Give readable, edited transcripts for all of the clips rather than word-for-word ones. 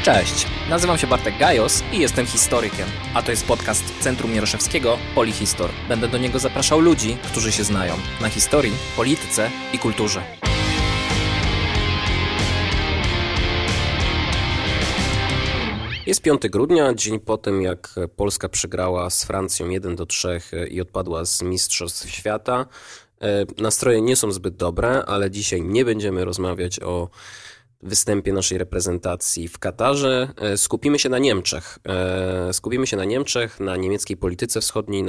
Cześć, nazywam się Bartek Gajos i jestem historykiem, a to jest podcast Centrum Mieroszewskiego Polihistor. Będę do niego zapraszał ludzi, którzy się znają na historii, polityce i kulturze. Jest 5 grudnia, dzień po tym jak Polska przegrała z Francją 1-3 i odpadła z Mistrzostw Świata. Nastroje nie są zbyt dobre, ale dzisiaj nie będziemy rozmawiać o występie naszej reprezentacji w Katarze. Skupimy się na Niemczech. Na niemieckiej polityce wschodniej,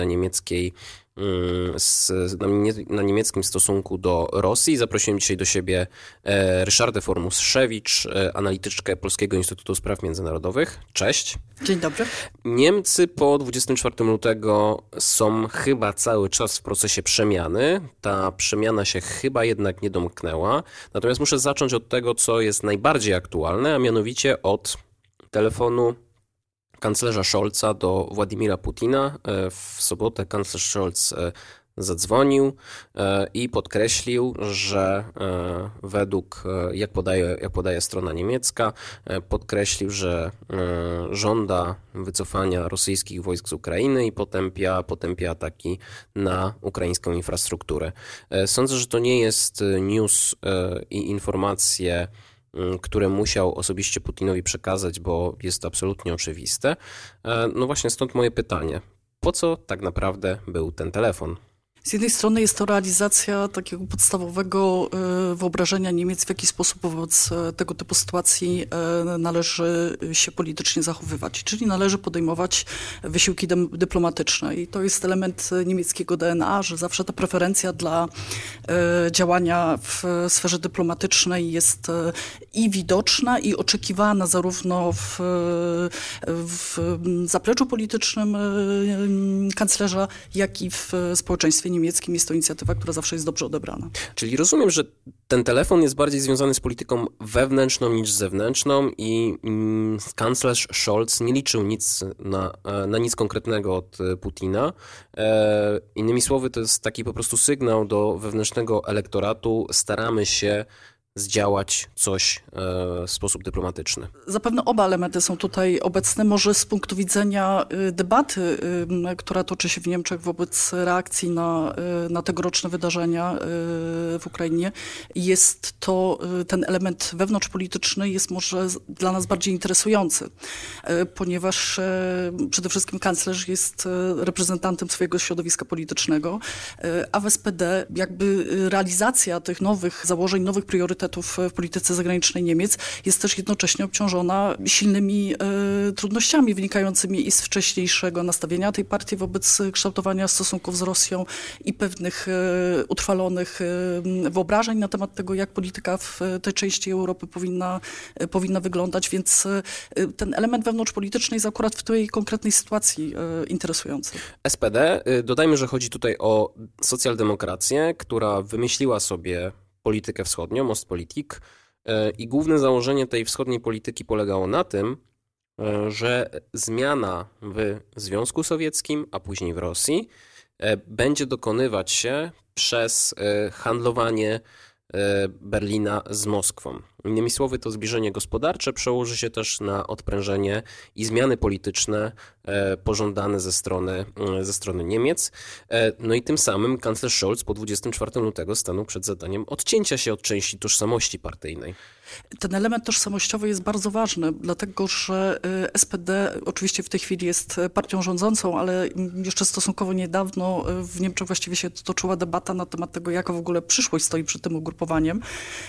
na niemieckim stosunku do Rosji. Zaprosiłem dzisiaj do siebie Ryszardę Formus-Szewicz, analityczkę Polskiego Instytutu Spraw Międzynarodowych. Cześć. Dzień dobry. Niemcy po 24 lutego są chyba cały czas w procesie przemiany. Ta przemiana się chyba jednak nie domknęła. Natomiast muszę zacząć od tego, co jest najbardziej aktualne, a mianowicie od telefonu kanclerza Scholza do Władimira Putina. W sobotę kanclerz Scholz zadzwonił i podkreślił, że według, jak podaje strona niemiecka, podkreślił, że żąda wycofania rosyjskich wojsk z Ukrainy i potępia ataki na ukraińską infrastrukturę. Sądzę, że to nie jest news i informacje, które musiał osobiście Putinowi przekazać, bo jest to absolutnie oczywiste. No właśnie stąd moje pytanie. Po co tak naprawdę był ten telefon? Z jednej strony jest to realizacja takiego podstawowego wyobrażenia Niemiec, w jaki sposób wobec tego typu sytuacji należy się politycznie zachowywać, czyli należy podejmować wysiłki dyplomatyczne. I to jest element niemieckiego DNA, że zawsze ta preferencja dla działania w sferze dyplomatycznej jest i widoczna, i oczekiwana zarówno w zapleczu politycznym kanclerza, jak i w społeczeństwie niemieckim. Jest to inicjatywa, która zawsze jest dobrze odebrana. Czyli rozumiem, że ten telefon jest bardziej związany z polityką wewnętrzną niż zewnętrzną i kanclerz Scholz nie liczył na nic konkretnego od Putina. Innymi słowy, to jest taki po prostu sygnał do wewnętrznego elektoratu. Staramy się zdziałać coś w sposób dyplomatyczny. Zapewne oba elementy są tutaj obecne. Może z punktu widzenia debaty, która toczy się w Niemczech wobec reakcji na tegoroczne wydarzenia w Ukrainie, jest to ten element wewnątrzpolityczny jest może dla nas bardziej interesujący, ponieważ przede wszystkim kanclerz jest reprezentantem swojego środowiska politycznego, a w SPD jakby realizacja tych nowych założeń, nowych priorytetów w polityce zagranicznej Niemiec jest też jednocześnie obciążona silnymi trudnościami wynikającymi i z wcześniejszego nastawienia tej partii wobec kształtowania stosunków z Rosją i pewnych utrwalonych wyobrażeń na temat tego, jak polityka w tej części Europy powinna wyglądać, więc ten element wewnątrzpolityczny jest akurat w tej konkretnej sytuacji interesujący. SPD, dodajmy, że chodzi tutaj o socjaldemokrację, która wymyśliła sobie politykę wschodnią, Ostpolitik, i główne założenie tej wschodniej polityki polegało na tym, że zmiana w Związku Sowieckim, a później w Rosji, będzie dokonywać się przez handlowanie Berlina z Moskwą. Innymi słowy, to zbliżenie gospodarcze przełoży się też na odprężenie i zmiany polityczne pożądane ze strony Niemiec. No i tym samym kanclerz Scholz po 24 lutego stanął przed zadaniem odcięcia się od części tożsamości partyjnej. Ten element tożsamościowy jest bardzo ważny, dlatego że SPD oczywiście w tej chwili jest partią rządzącą, ale jeszcze stosunkowo niedawno w Niemczech właściwie się toczyła debata na temat tego, jaka w ogóle przyszłość stoi przed tym ugrupowaniem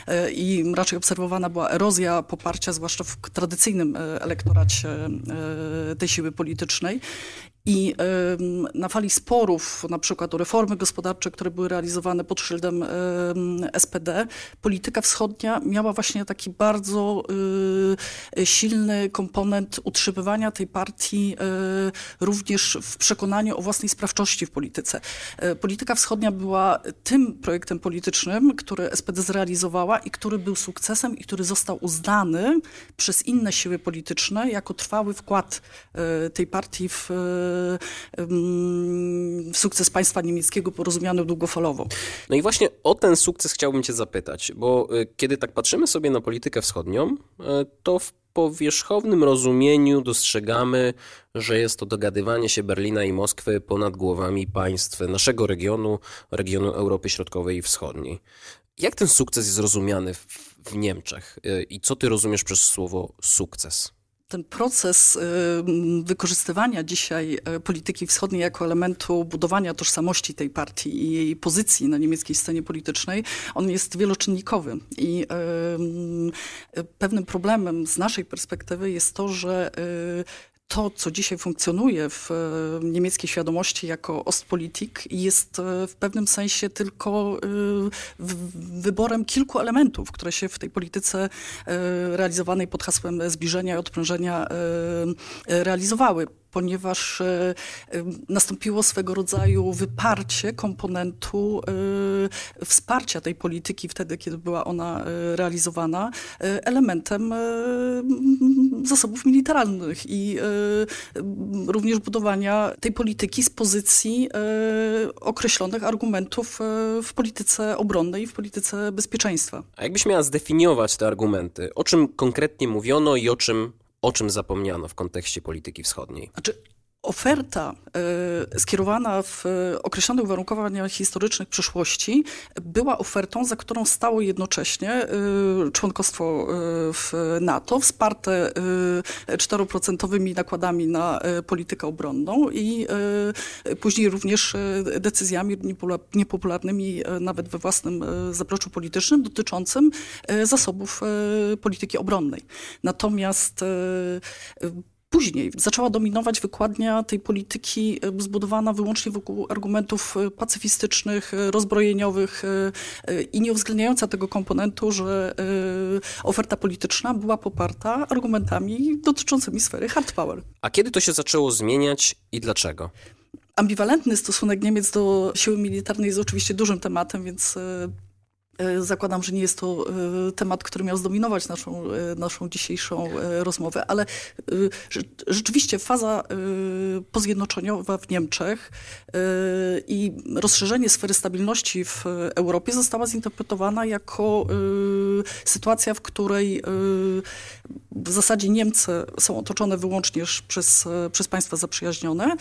i raczej obserwowana była erozja poparcia, zwłaszcza w tradycyjnym elektoracie tej siły politycznej. I na fali sporów, na przykład o reformy gospodarcze, które były realizowane pod szyldem SPD, polityka wschodnia miała właśnie taki bardzo silny komponent utrzymywania tej partii również w przekonaniu o własnej sprawczości w polityce. Polityka wschodnia była tym projektem politycznym, który SPD zrealizowała i który był sukcesem i który został uznany przez inne siły polityczne jako trwały wkład tej partii w sukces państwa niemieckiego porozumiany długofalowo. No i właśnie o ten sukces chciałbym cię zapytać, bo kiedy tak patrzymy sobie na politykę wschodnią, to w powierzchownym rozumieniu dostrzegamy, że jest to dogadywanie się Berlina i Moskwy ponad głowami państw naszego regionu Europy Środkowej i Wschodniej. Jak ten sukces jest rozumiany w Niemczech i co ty rozumiesz przez słowo sukces? Ten proces wykorzystywania dzisiaj polityki wschodniej jako elementu budowania tożsamości tej partii i jej pozycji na niemieckiej scenie politycznej, on jest wieloczynnikowy. I pewnym problemem z naszej perspektywy jest to, że to, co dzisiaj funkcjonuje w niemieckiej świadomości jako Ostpolitik, jest w pewnym sensie tylko wyborem kilku elementów, które się w tej polityce realizowanej pod hasłem zbliżenia i odprężenia realizowały, ponieważ nastąpiło swego rodzaju wyparcie komponentu wsparcia tej polityki wtedy, kiedy była ona realizowana, elementem zasobów militarnych i również budowania tej polityki z pozycji określonych argumentów w polityce obronnej i w polityce bezpieczeństwa. A jakbyś miała zdefiniować te argumenty? O czym konkretnie mówiono i o czym zapomniano w kontekście polityki wschodniej? Znaczy, oferta skierowana w określonych uwarunkowaniach historycznych przyszłości była ofertą, za którą stało jednocześnie członkostwo w NATO, wsparte 4% nakładami na politykę obronną i później również decyzjami niepopularnymi nawet we własnym zapleczu politycznym dotyczącym zasobów polityki obronnej. Natomiast później zaczęła dominować wykładnia tej polityki zbudowana wyłącznie wokół argumentów pacyfistycznych, rozbrojeniowych i nie uwzględniająca tego komponentu, że oferta polityczna była poparta argumentami dotyczącymi sfery hard power. A kiedy to się zaczęło zmieniać i dlaczego? Ambiwalentny stosunek Niemiec do siły militarnej jest oczywiście dużym tematem, więc zakładam, że nie jest to temat, który miał zdominować naszą dzisiejszą rozmowę, ale rzeczywiście faza pozjednoczeniowa w Niemczech i rozszerzenie sfery stabilności w Europie została zinterpretowana jako sytuacja, w której w zasadzie Niemcy są otoczone wyłącznie przez państwa zaprzyjaźnione.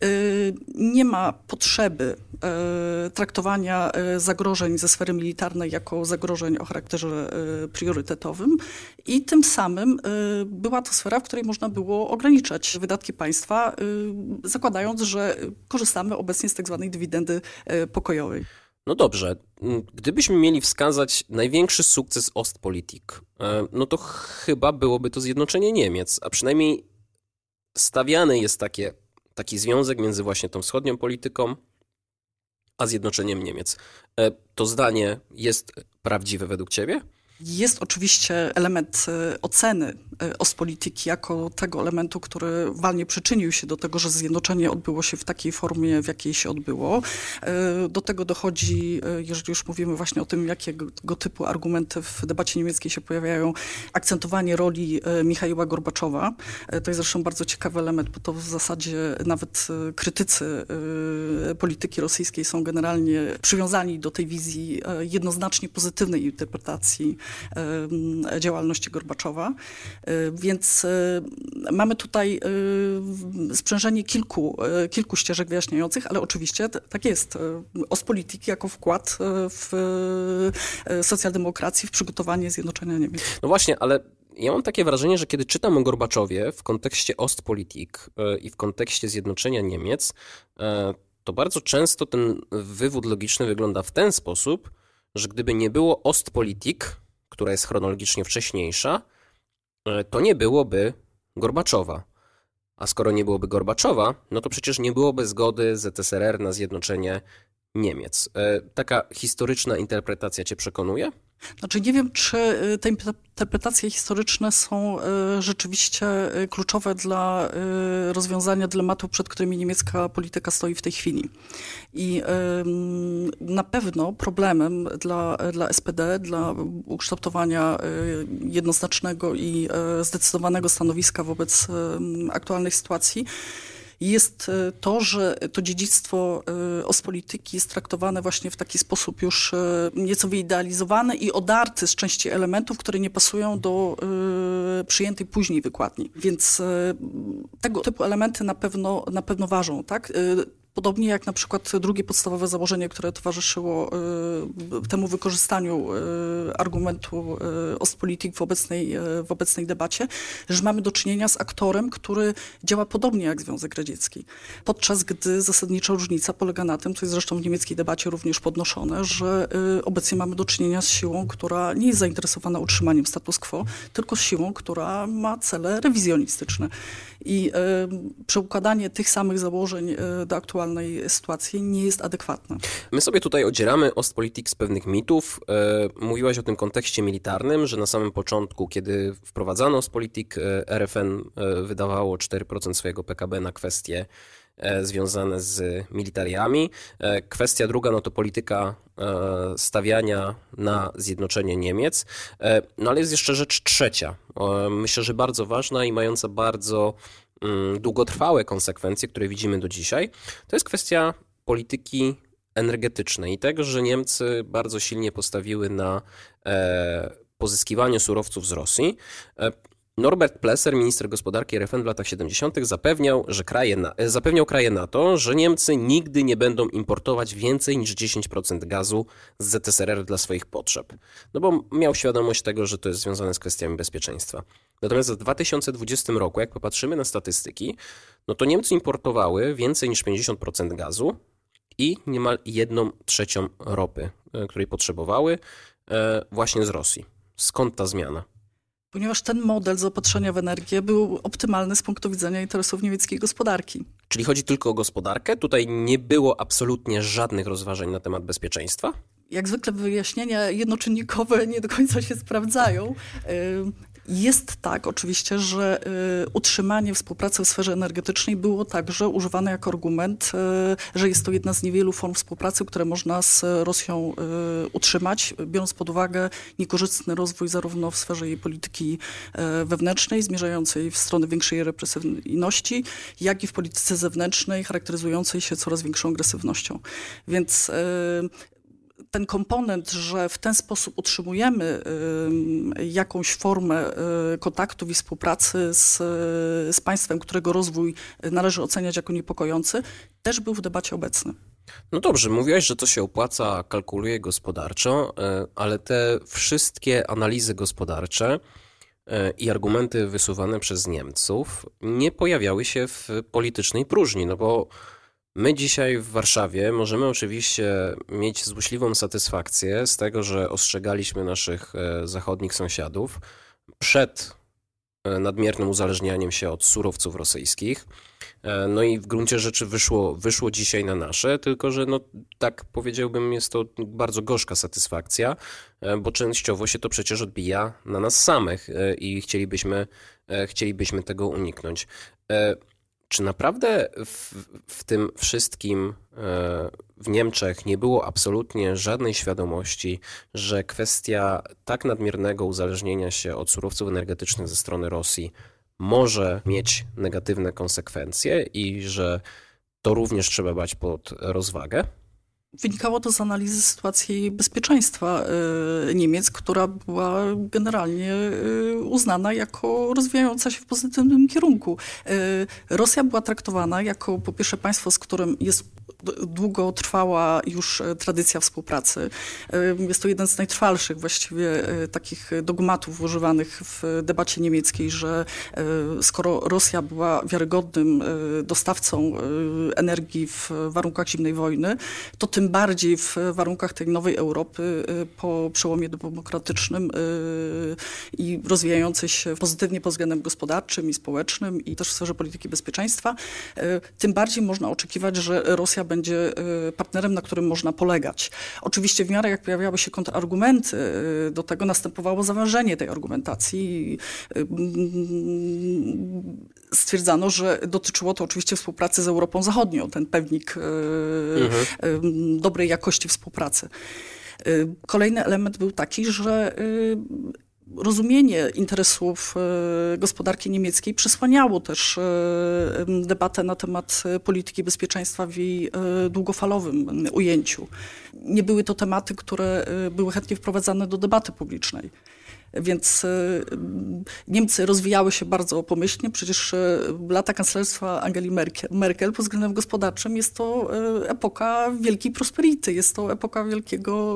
Nie ma potrzeby traktowania zagrożeń ze sfery militarnej jako zagrożeń o charakterze priorytetowym i tym samym była to sfera, w której można było ograniczać wydatki państwa, zakładając, że korzystamy obecnie z tak zwanej dywidendy pokojowej. No dobrze, gdybyśmy mieli wskazać największy sukces Ostpolitik, no to chyba byłoby to zjednoczenie Niemiec, a przynajmniej stawiany jest taki związek między właśnie tą wschodnią polityką a zjednoczeniem Niemiec. To zdanie jest prawdziwe według ciebie? Jest oczywiście element oceny Ostpolitiki jako tego elementu, który walnie przyczynił się do tego, że zjednoczenie odbyło się w takiej formie, w jakiej się odbyło. Do tego dochodzi, jeżeli już mówimy właśnie o tym, jakiego typu argumenty w debacie niemieckiej się pojawiają, akcentowanie roli Michaiła Gorbaczowa. To jest zresztą bardzo ciekawy element, bo to w zasadzie nawet krytycy polityki rosyjskiej są generalnie przywiązani do tej wizji jednoznacznie pozytywnej interpretacji działalności Gorbaczowa. Więc mamy tutaj sprzężenie kilku ścieżek wyjaśniających, ale oczywiście tak jest. Ostpolitik jako wkład w socjaldemokracji, w przygotowanie zjednoczenia Niemiec. No właśnie, ale ja mam takie wrażenie, że kiedy czytam o Gorbaczowie w kontekście Ostpolitik i w kontekście zjednoczenia Niemiec, to bardzo często ten wywód logiczny wygląda w ten sposób, że gdyby nie było Ostpolitik, która jest chronologicznie wcześniejsza, to nie byłoby Gorbaczowa. A skoro nie byłoby Gorbaczowa, no to przecież nie byłoby zgody ZSRR na zjednoczenie Niemiec. Taka historyczna interpretacja cię przekonuje? Znaczy nie wiem, czy te interpretacje historyczne są rzeczywiście kluczowe dla rozwiązania dylematu, przed którymi niemiecka polityka stoi w tej chwili. I na pewno problemem dla SPD, dla ukształtowania jednoznacznego i zdecydowanego stanowiska wobec aktualnej sytuacji jest to, że to dziedzictwo Ostpolityki jest traktowane właśnie w taki sposób już nieco wyidealizowany i odarty z części elementów, które nie pasują do przyjętej później wykładni. Więc tego typu elementy na pewno ważą, tak? Podobnie jak na przykład drugie podstawowe założenie, które towarzyszyło temu wykorzystaniu argumentu Ostpolitik w obecnej debacie, że mamy do czynienia z aktorem, który działa podobnie jak Związek Radziecki. Podczas gdy zasadnicza różnica polega na tym, co jest zresztą w niemieckiej debacie również podnoszone, że obecnie mamy do czynienia z siłą, która nie jest zainteresowana utrzymaniem status quo, tylko z siłą, która ma cele rewizjonistyczne. I przeukładanie tych samych założeń do aktualnej sytuacji nie jest adekwatne. My sobie tutaj odzieramy Ostpolitik z pewnych mitów. Mówiłaś o tym kontekście militarnym, że na samym początku, kiedy wprowadzano Ostpolitik, RFN wydawało 4% swojego PKB na kwestie związane z militariami. Kwestia druga, no to polityka stawiania na zjednoczenie Niemiec. No ale jest jeszcze rzecz trzecia. Myślę, że bardzo ważna i mająca bardzo długotrwałe konsekwencje, które widzimy do dzisiaj. To jest kwestia polityki energetycznej i tego, że Niemcy bardzo silnie postawiły na pozyskiwanie surowców z Rosji. Norbert Plesser, minister gospodarki RFN w latach 70. zapewniał kraje NATO, że Niemcy nigdy nie będą importować więcej niż 10% gazu z ZSRR dla swoich potrzeb. No bo miał świadomość tego, że to jest związane z kwestiami bezpieczeństwa. Natomiast w 2020 roku, jak popatrzymy na statystyki, no to Niemcy importowały więcej niż 50% gazu i niemal 1/3 ropy, której potrzebowały właśnie z Rosji. Skąd ta zmiana? Ponieważ ten model zaopatrzenia w energię był optymalny z punktu widzenia interesów niemieckiej gospodarki. Czyli chodzi tylko o gospodarkę? Tutaj nie było absolutnie żadnych rozważań na temat bezpieczeństwa? Jak zwykle wyjaśnienia jednoczynnikowe nie do końca się sprawdzają. Jest tak oczywiście, że utrzymanie współpracy w sferze energetycznej było także używane jako argument, że jest to jedna z niewielu form współpracy, które można z Rosją utrzymać, biorąc pod uwagę niekorzystny rozwój zarówno w sferze jej polityki wewnętrznej, zmierzającej w stronę większej represywności, jak i w polityce zewnętrznej, charakteryzującej się coraz większą agresywnością. Więc ten komponent, że w ten sposób utrzymujemy jakąś formę kontaktów i współpracy z państwem, którego rozwój należy oceniać jako niepokojący, też był w debacie obecny. No dobrze, mówiłaś, że to się opłaca, kalkuluje gospodarczo, ale te wszystkie analizy gospodarcze i argumenty wysuwane przez Niemców nie pojawiały się w politycznej próżni, no bo my dzisiaj w Warszawie możemy oczywiście mieć złośliwą satysfakcję z tego, że ostrzegaliśmy naszych zachodnich sąsiadów przed nadmiernym uzależnianiem się od surowców rosyjskich. No i w gruncie rzeczy wyszło dzisiaj na nasze, tylko że no tak powiedziałbym, jest to bardzo gorzka satysfakcja, bo częściowo się to przecież odbija na nas samych i chcielibyśmy tego uniknąć. Czy naprawdę w tym wszystkim w Niemczech nie było absolutnie żadnej świadomości, że kwestia tak nadmiernego uzależnienia się od surowców energetycznych ze strony Rosji może mieć negatywne konsekwencje i że to również trzeba brać pod rozwagę? Wynikało to z analizy sytuacji bezpieczeństwa Niemiec, która była generalnie uznana jako rozwijająca się w pozytywnym kierunku. Rosja była traktowana jako po pierwsze państwo, z którym jest długotrwała już tradycja współpracy. Jest to jeden z najtrwalszych właściwie takich dogmatów używanych w debacie niemieckiej, że skoro Rosja była wiarygodnym dostawcą energii w warunkach zimnej wojny, to tym bardziej w warunkach tej nowej Europy po przełomie demokratycznym i rozwijającej się pozytywnie pod względem gospodarczym i społecznym i też w sferze polityki bezpieczeństwa, tym bardziej można oczekiwać, że Rosja będzie partnerem, na którym można polegać. Oczywiście w miarę jak pojawiały się kontrargumenty, do tego następowało zawężenie tej argumentacji. Stwierdzano, że dotyczyło to oczywiście współpracy z Europą Zachodnią, ten pewnik dobrej jakości współpracy. Kolejny element był taki, że rozumienie interesów gospodarki niemieckiej przysłaniało też debatę na temat polityki bezpieczeństwa w jej długofalowym ujęciu. Nie były to tematy, które były chętnie wprowadzane do debaty publicznej. Więc Niemcy rozwijały się bardzo pomyślnie. Przecież lata kanclerstwa Angeli Merkel pod względem gospodarczym jest to epoka wielkiej prosperity, jest to epoka wielkiego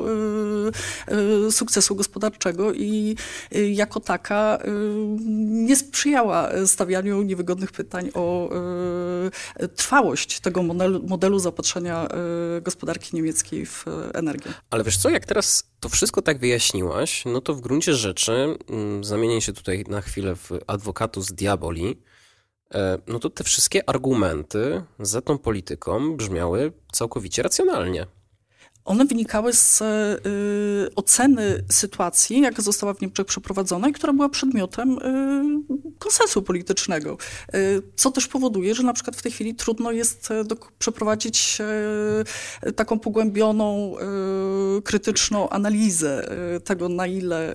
sukcesu gospodarczego i jako taka nie sprzyjała stawianiu niewygodnych pytań o trwałość tego modelu zaopatrzenia gospodarki niemieckiej w energię. Ale wiesz co, jak teraz to wszystko tak wyjaśniłaś, no to w gruncie rzeczy, zamienię się tutaj na chwilę w advocatus diaboli, no to te wszystkie argumenty za tą polityką brzmiały całkowicie racjonalnie. One wynikały z oceny sytuacji, jaka została w Niemczech przeprowadzona i która była przedmiotem konsensu politycznego. Co też powoduje, że na przykład w tej chwili trudno jest przeprowadzić taką pogłębioną, krytyczną analizę tego, na ile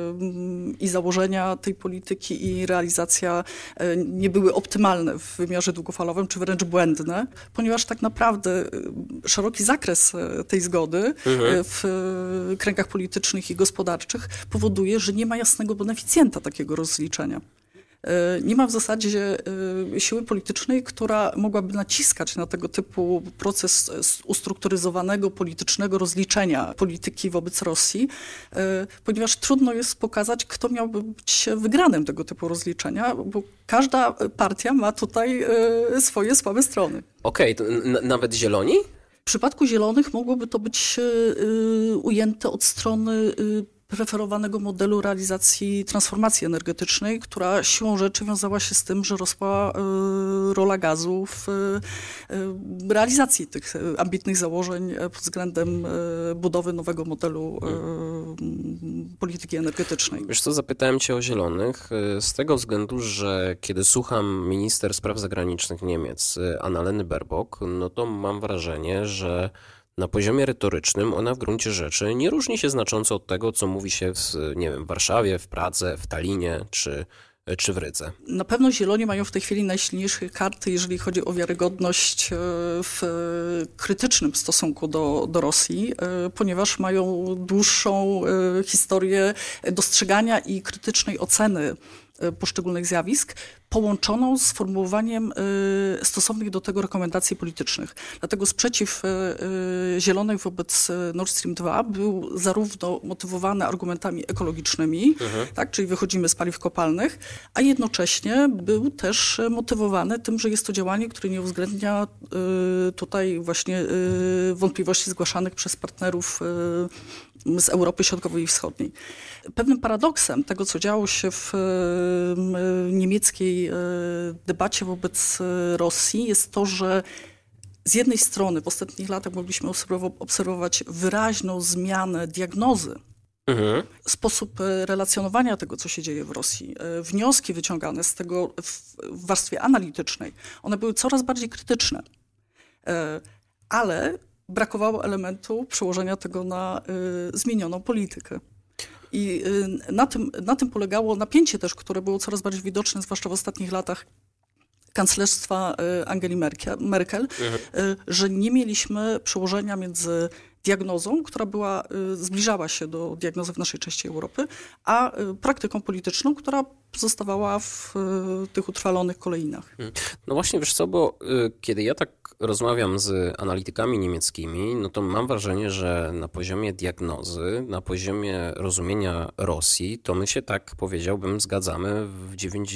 i założenia tej polityki i realizacja nie były optymalne w wymiarze długofalowym, czy wręcz błędne, ponieważ tak naprawdę szeroki zakres tej zgody w kręgach politycznych i gospodarczych powoduje, że nie ma jasnego beneficjenta takiego rozliczenia. Nie ma w zasadzie siły politycznej, która mogłaby naciskać na tego typu proces ustrukturyzowanego politycznego rozliczenia polityki wobec Rosji, ponieważ trudno jest pokazać, kto miałby być wygranym tego typu rozliczenia, bo każda partia ma tutaj swoje słabe strony. Okej, to nawet Zieloni? W przypadku Zielonych mogłoby to być ujęte od strony preferowanego modelu realizacji transformacji energetycznej, która siłą rzeczy wiązała się z tym, że rosła rola gazu w realizacji tych ambitnych założeń pod względem budowy nowego modelu polityki energetycznej. Wiesz co, zapytałem cię o Zielonych z tego względu, że kiedy słucham minister spraw zagranicznych Niemiec, Annaleny Baerbock, no to mam wrażenie, że na poziomie retorycznym ona w gruncie rzeczy nie różni się znacząco od tego, co mówi się w Warszawie, w Pradze, w Tallinie czy w Rydze. Na pewno Zieloni mają w tej chwili najsilniejsze karty, jeżeli chodzi o wiarygodność w krytycznym stosunku do Rosji, ponieważ mają dłuższą historię dostrzegania i krytycznej oceny poszczególnych zjawisk, połączoną z formułowaniem stosownych do tego rekomendacji politycznych. Dlatego sprzeciw Zielonych wobec Nord Stream 2 był zarówno motywowany argumentami ekologicznymi, tak, czyli wychodzimy z paliw kopalnych, a jednocześnie był też motywowany tym, że jest to działanie, które nie uwzględnia tutaj właśnie wątpliwości zgłaszanych przez partnerów z Europy Środkowej i Wschodniej. Pewnym paradoksem tego, co działo się w niemieckiej debacie wobec Rosji, jest to, że z jednej strony w ostatnich latach mogliśmy obserwować wyraźną zmianę diagnozy, sposób relacjonowania tego, co się dzieje w Rosji, wnioski wyciągane z tego w warstwie analitycznej, one były coraz bardziej krytyczne, ale brakowało elementu przełożenia tego na zmienioną politykę. I na tym polegało napięcie też, które było coraz bardziej widoczne, zwłaszcza w ostatnich latach kanclerstwa Angeli Merkel, że nie mieliśmy przełożenia między diagnozą, która zbliżała się do diagnozy w naszej części Europy, a praktyką polityczną, która pozostawała w tych utrwalonych kolejnach. No właśnie, wiesz co, bo kiedy ja tak rozmawiam z analitykami niemieckimi, no to mam wrażenie, że na poziomie diagnozy, na poziomie rozumienia Rosji, to my się, tak powiedziałbym, zgadzamy w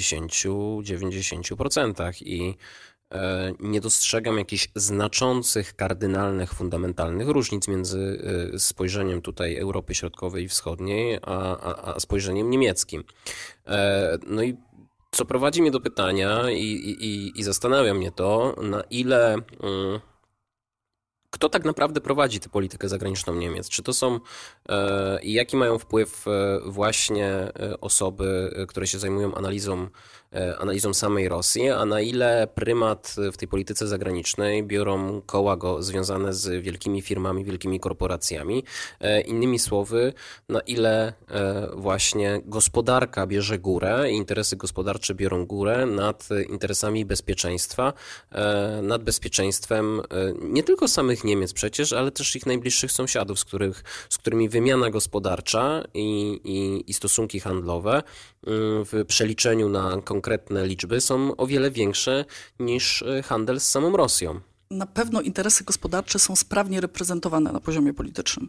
90% i nie dostrzegam jakichś znaczących, kardynalnych, fundamentalnych różnic między spojrzeniem tutaj Europy Środkowej i Wschodniej, a spojrzeniem niemieckim. No i co prowadzi mnie do pytania i zastanawia mnie to, na ile kto tak naprawdę prowadzi tę politykę zagraniczną Niemiec? Czy to są i jaki mają wpływ właśnie osoby, które się zajmują analizą samej Rosji, a na ile prymat w tej polityce zagranicznej biorą koła związane z wielkimi firmami, wielkimi korporacjami? Innymi słowy, na ile właśnie gospodarka bierze górę i interesy gospodarcze biorą górę nad interesami bezpieczeństwa, nad bezpieczeństwem nie tylko samych Niemiec przecież, ale też ich najbliższych sąsiadów, z którymi wymiana gospodarcza i stosunki handlowe w przeliczeniu na konkretne liczby są o wiele większe niż handel z samą Rosją. Na pewno interesy gospodarcze są sprawnie reprezentowane na poziomie politycznym.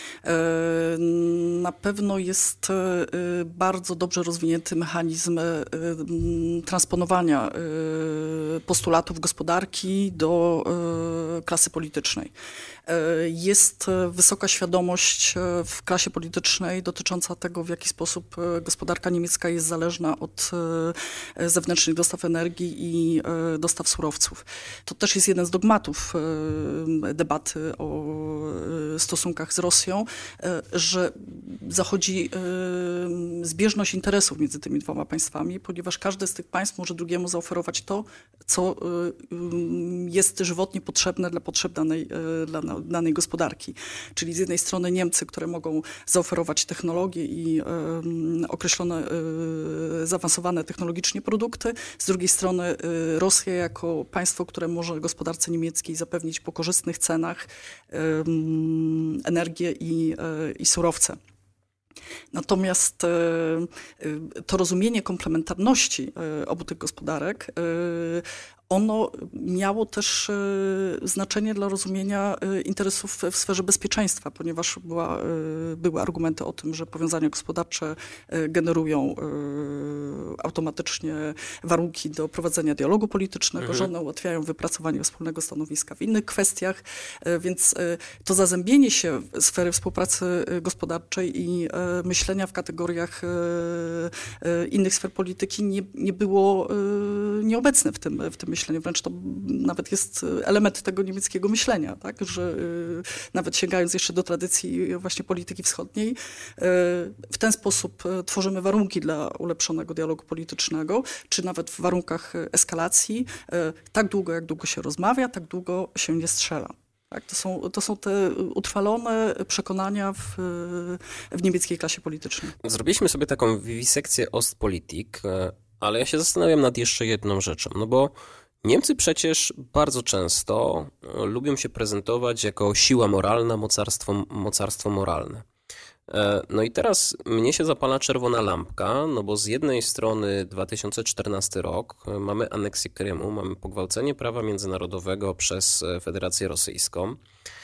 Na pewno jest bardzo dobrze rozwinięty mechanizm transponowania postulatów gospodarki do klasy politycznej. Jest wysoka świadomość w klasie politycznej dotycząca tego, w jaki sposób gospodarka niemiecka jest zależna od zewnętrznych dostaw energii i dostaw surowców. To też jest jeden z dogmatów debaty o stosunkach z Rosją, że zachodzi zbieżność interesów między tymi dwoma państwami, ponieważ każde z tych państw może drugiemu zaoferować to, co jest żywotnie potrzebne dla potrzeb danej gospodarki. Czyli z jednej strony Niemcy, które mogą zaoferować technologie i określone zaawansowane technologicznie produkty, z drugiej strony Rosja jako państwo, które może gospodarce niemieckiej zapewnić po korzystnych cenach energię i surowce. Natomiast to rozumienie komplementarności obu tych gospodarek, ono miało też znaczenie dla rozumienia interesów w sferze bezpieczeństwa, ponieważ były argumenty o tym, że powiązania gospodarcze generują automatycznie warunki do prowadzenia dialogu politycznego, że one ułatwiają wypracowanie wspólnego stanowiska w innych kwestiach, więc to zazębienie się sfery współpracy gospodarczej i myślenia w kategoriach innych sfer polityki nie było nieobecne w tym myśleniu. Wręcz to nawet jest element tego niemieckiego myślenia, tak? Że nawet sięgając jeszcze do tradycji właśnie polityki wschodniej, w ten sposób tworzymy warunki dla ulepszonego dialogu politycznego, czy nawet w warunkach eskalacji, tak długo jak długo się rozmawia, tak długo się nie strzela. Tak? To są te utrwalone przekonania w niemieckiej klasie politycznej. Zrobiliśmy sobie taką wiwisekcję Ostpolitik, ale ja się zastanawiam nad jeszcze jedną rzeczą, no bo Niemcy przecież bardzo często lubią się prezentować jako siła moralna, mocarstwo moralne. No i teraz mnie się zapala czerwona lampka, no bo z jednej strony 2014 rok, mamy aneksję Krymu, mamy pogwałcenie prawa międzynarodowego przez Federację Rosyjską.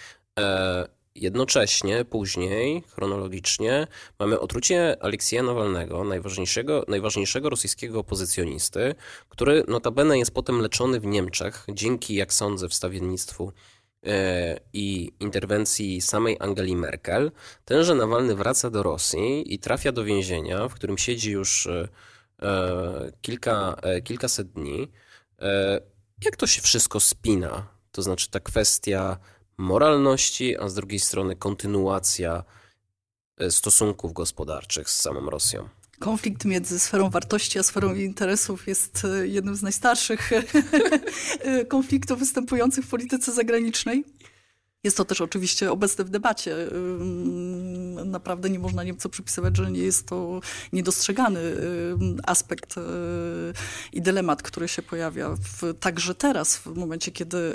Jednocześnie, później, chronologicznie, mamy otrucie Aleksieja Nawalnego, najważniejszego rosyjskiego opozycjonisty, który notabene jest potem leczony w Niemczech dzięki, jak sądzę, wstawiennictwu i interwencji samej Angeli Merkel. Tenże Nawalny wraca do Rosji i trafia do więzienia, w którym siedzi już kilkaset dni. Jak to się wszystko spina? To znaczy ta kwestia moralności, a z drugiej strony kontynuacja stosunków gospodarczych z samą Rosją. Konflikt między sferą wartości a sferą interesów jest jednym z najstarszych konfliktów występujących w polityce zagranicznej. Jest to też oczywiście obecne w debacie. Naprawdę nie można Niemcom przypisywać, że nie jest to niedostrzegany aspekt i dylemat, który się pojawia także teraz, w momencie, kiedy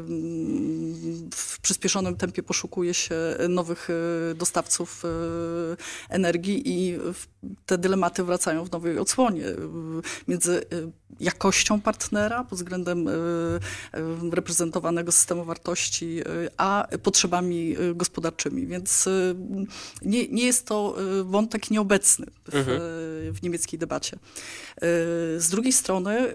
w przyspieszonym tempie poszukuje się nowych dostawców energii i te dylematy wracają w nowej odsłonie między jakością partnera pod względem reprezentowanego systemu wartości, a potrzebami gospodarczymi. Więc nie jest to wątek nieobecny w niemieckiej debacie. Z drugiej strony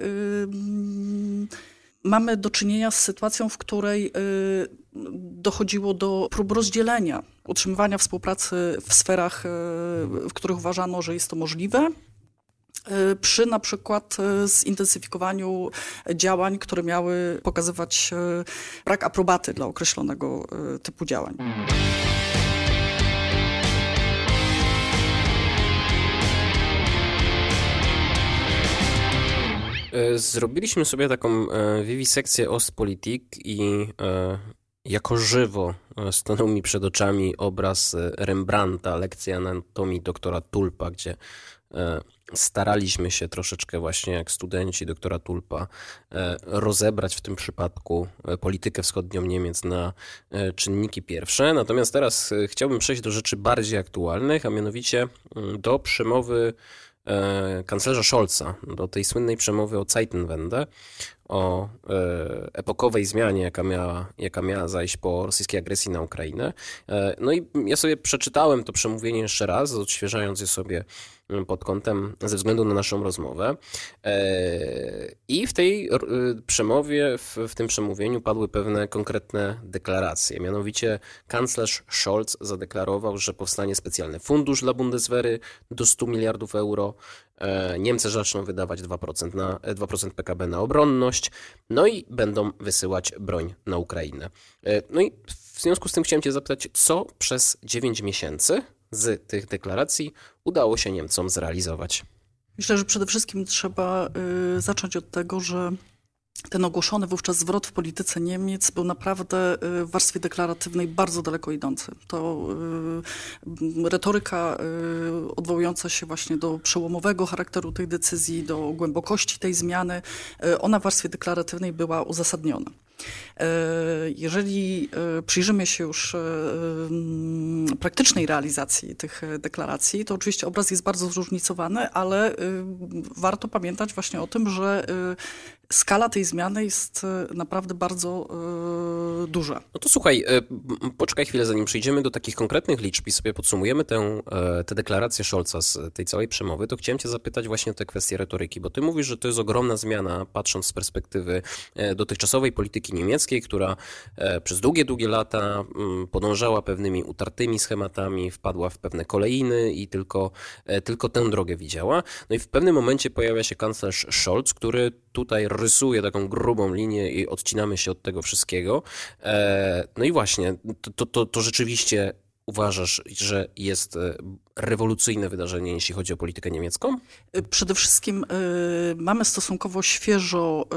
mamy do czynienia z sytuacją, w której dochodziło do prób rozdzielenia, utrzymywania współpracy w sferach, w których uważano, że jest to możliwe, przy na przykład zintensyfikowaniu działań, które miały pokazywać brak aprobaty dla określonego typu działań. Zrobiliśmy sobie taką wiwisekcję Ostpolitik i jako żywo stanął mi przed oczami obraz Rembrandta, lekcja anatomii doktora Tulpa, gdzie staraliśmy się troszeczkę właśnie jak studenci doktora Tulpa rozebrać w tym przypadku politykę wschodnią Niemiec na czynniki pierwsze. Natomiast teraz chciałbym przejść do rzeczy bardziej aktualnych, a mianowicie do przemowy kanclerza Scholza, do tej słynnej przemowy o Zeitenwende, o epokowej zmianie, jaka miała zajść po rosyjskiej agresji na Ukrainę. No i ja sobie przeczytałem to przemówienie jeszcze raz, odświeżając je sobie pod kątem, ze względu na naszą rozmowę. I w tej przemowie, w tym przemówieniu padły pewne konkretne deklaracje. Mianowicie kanclerz Scholz zadeklarował, że powstanie specjalny fundusz dla Bundeswehry do 100 miliardów euro. Niemcy zaczną wydawać 2% PKB na obronność, no i będą wysyłać broń na Ukrainę. No i w związku z tym chciałem cię zapytać, co przez 9 miesięcy z tych deklaracji udało się Niemcom zrealizować? Myślę, że przede wszystkim trzeba zacząć od tego, że ten ogłoszony wówczas zwrot w polityce Niemiec był naprawdę w warstwie deklaratywnej bardzo daleko idący. To retoryka odwołująca się właśnie do przełomowego charakteru tej decyzji, do głębokości tej zmiany, ona w warstwie deklaratywnej była uzasadniona. Jeżeli przyjrzymy się już praktycznej realizacji tych deklaracji, to oczywiście obraz jest bardzo zróżnicowany, ale warto pamiętać właśnie o tym, że skala tej zmiany jest naprawdę bardzo duża. No to słuchaj, poczekaj chwilę, zanim przejdziemy do takich konkretnych liczb i sobie podsumujemy tę deklarację Scholza z tej całej przemowy, to chciałem cię zapytać właśnie o tę kwestię retoryki, bo ty mówisz, że to jest ogromna zmiana, patrząc z perspektywy dotychczasowej polityki niemieckiej, która przez długie lata podążała pewnymi utartymi schematami, wpadła w pewne kolejny i tylko tę drogę widziała. No i w pewnym momencie pojawia się kanclerz Scholz, który tutaj rysuje taką grubą linię i odcinamy się od tego wszystkiego. No i właśnie, to rzeczywiście uważasz, że jest rewolucyjne wydarzenie, jeśli chodzi o politykę niemiecką? Przede wszystkim mamy stosunkowo świeżo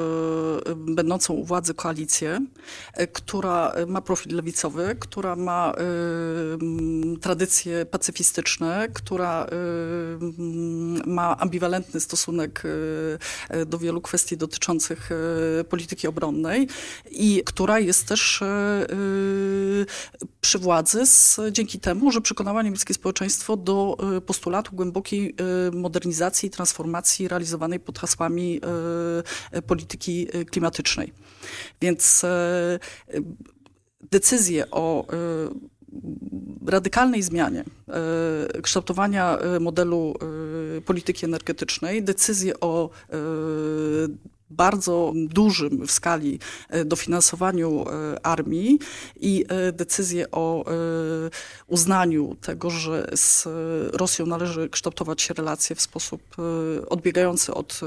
będącą u władzy koalicję, która ma profil lewicowy, która ma tradycje pacyfistyczne, która ma ambiwalentny stosunek do wielu kwestii dotyczących polityki obronnej i która jest też przy władzy dzięki temu, że przekonała niemieckie społeczeństwo do postulatu głębokiej modernizacji i transformacji realizowanej pod hasłami polityki klimatycznej. Więc decyzje o radykalnej zmianie kształtowania modelu polityki energetycznej, decyzje o bardzo dużym w skali dofinansowaniu armii i decyzję o uznaniu tego, że z Rosją należy kształtować relacje w sposób odbiegający od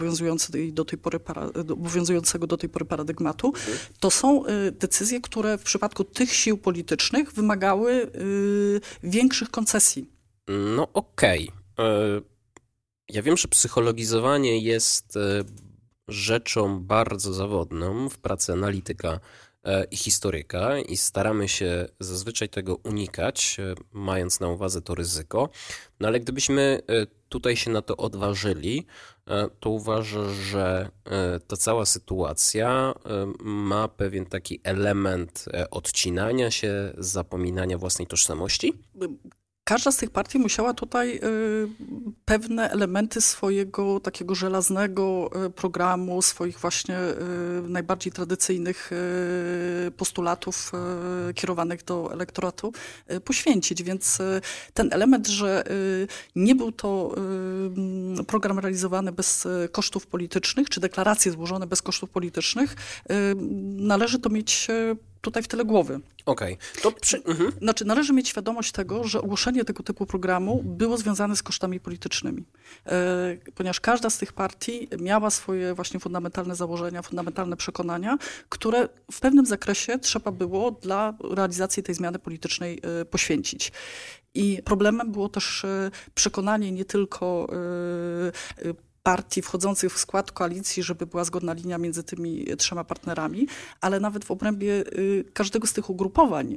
obowiązującego do tej pory paradygmatu, to są decyzje, które w przypadku tych sił politycznych wymagały większych koncesji. No okej. Ja wiem, że psychologizowanie jest rzeczą bardzo zawodną w pracy analityka i historyka i staramy się zazwyczaj tego unikać, mając na uwadze to ryzyko. No ale gdybyśmy tutaj się na to odważyli, to uważasz, że ta cała sytuacja ma pewien taki element odcinania się, zapominania własnej tożsamości? Każda z tych partii musiała tutaj pewne elementy swojego takiego żelaznego programu, swoich właśnie najbardziej tradycyjnych postulatów kierowanych do elektoratu poświęcić. Więc ten element, że nie był to program realizowany bez kosztów politycznych, czy deklaracje złożone bez kosztów politycznych, należy to mieć tutaj w tyle głowy. Okej. Znaczy, należy mieć świadomość tego, że ogłoszenie tego typu programu było związane z kosztami politycznymi. Ponieważ każda z tych partii miała swoje właśnie fundamentalne założenia, fundamentalne przekonania, które w pewnym zakresie trzeba było dla realizacji tej zmiany politycznej poświęcić. I problemem było też przekonanie nie tylko partii wchodzących w skład koalicji, żeby była zgodna linia między tymi trzema partnerami, ale nawet w obrębie każdego z tych ugrupowań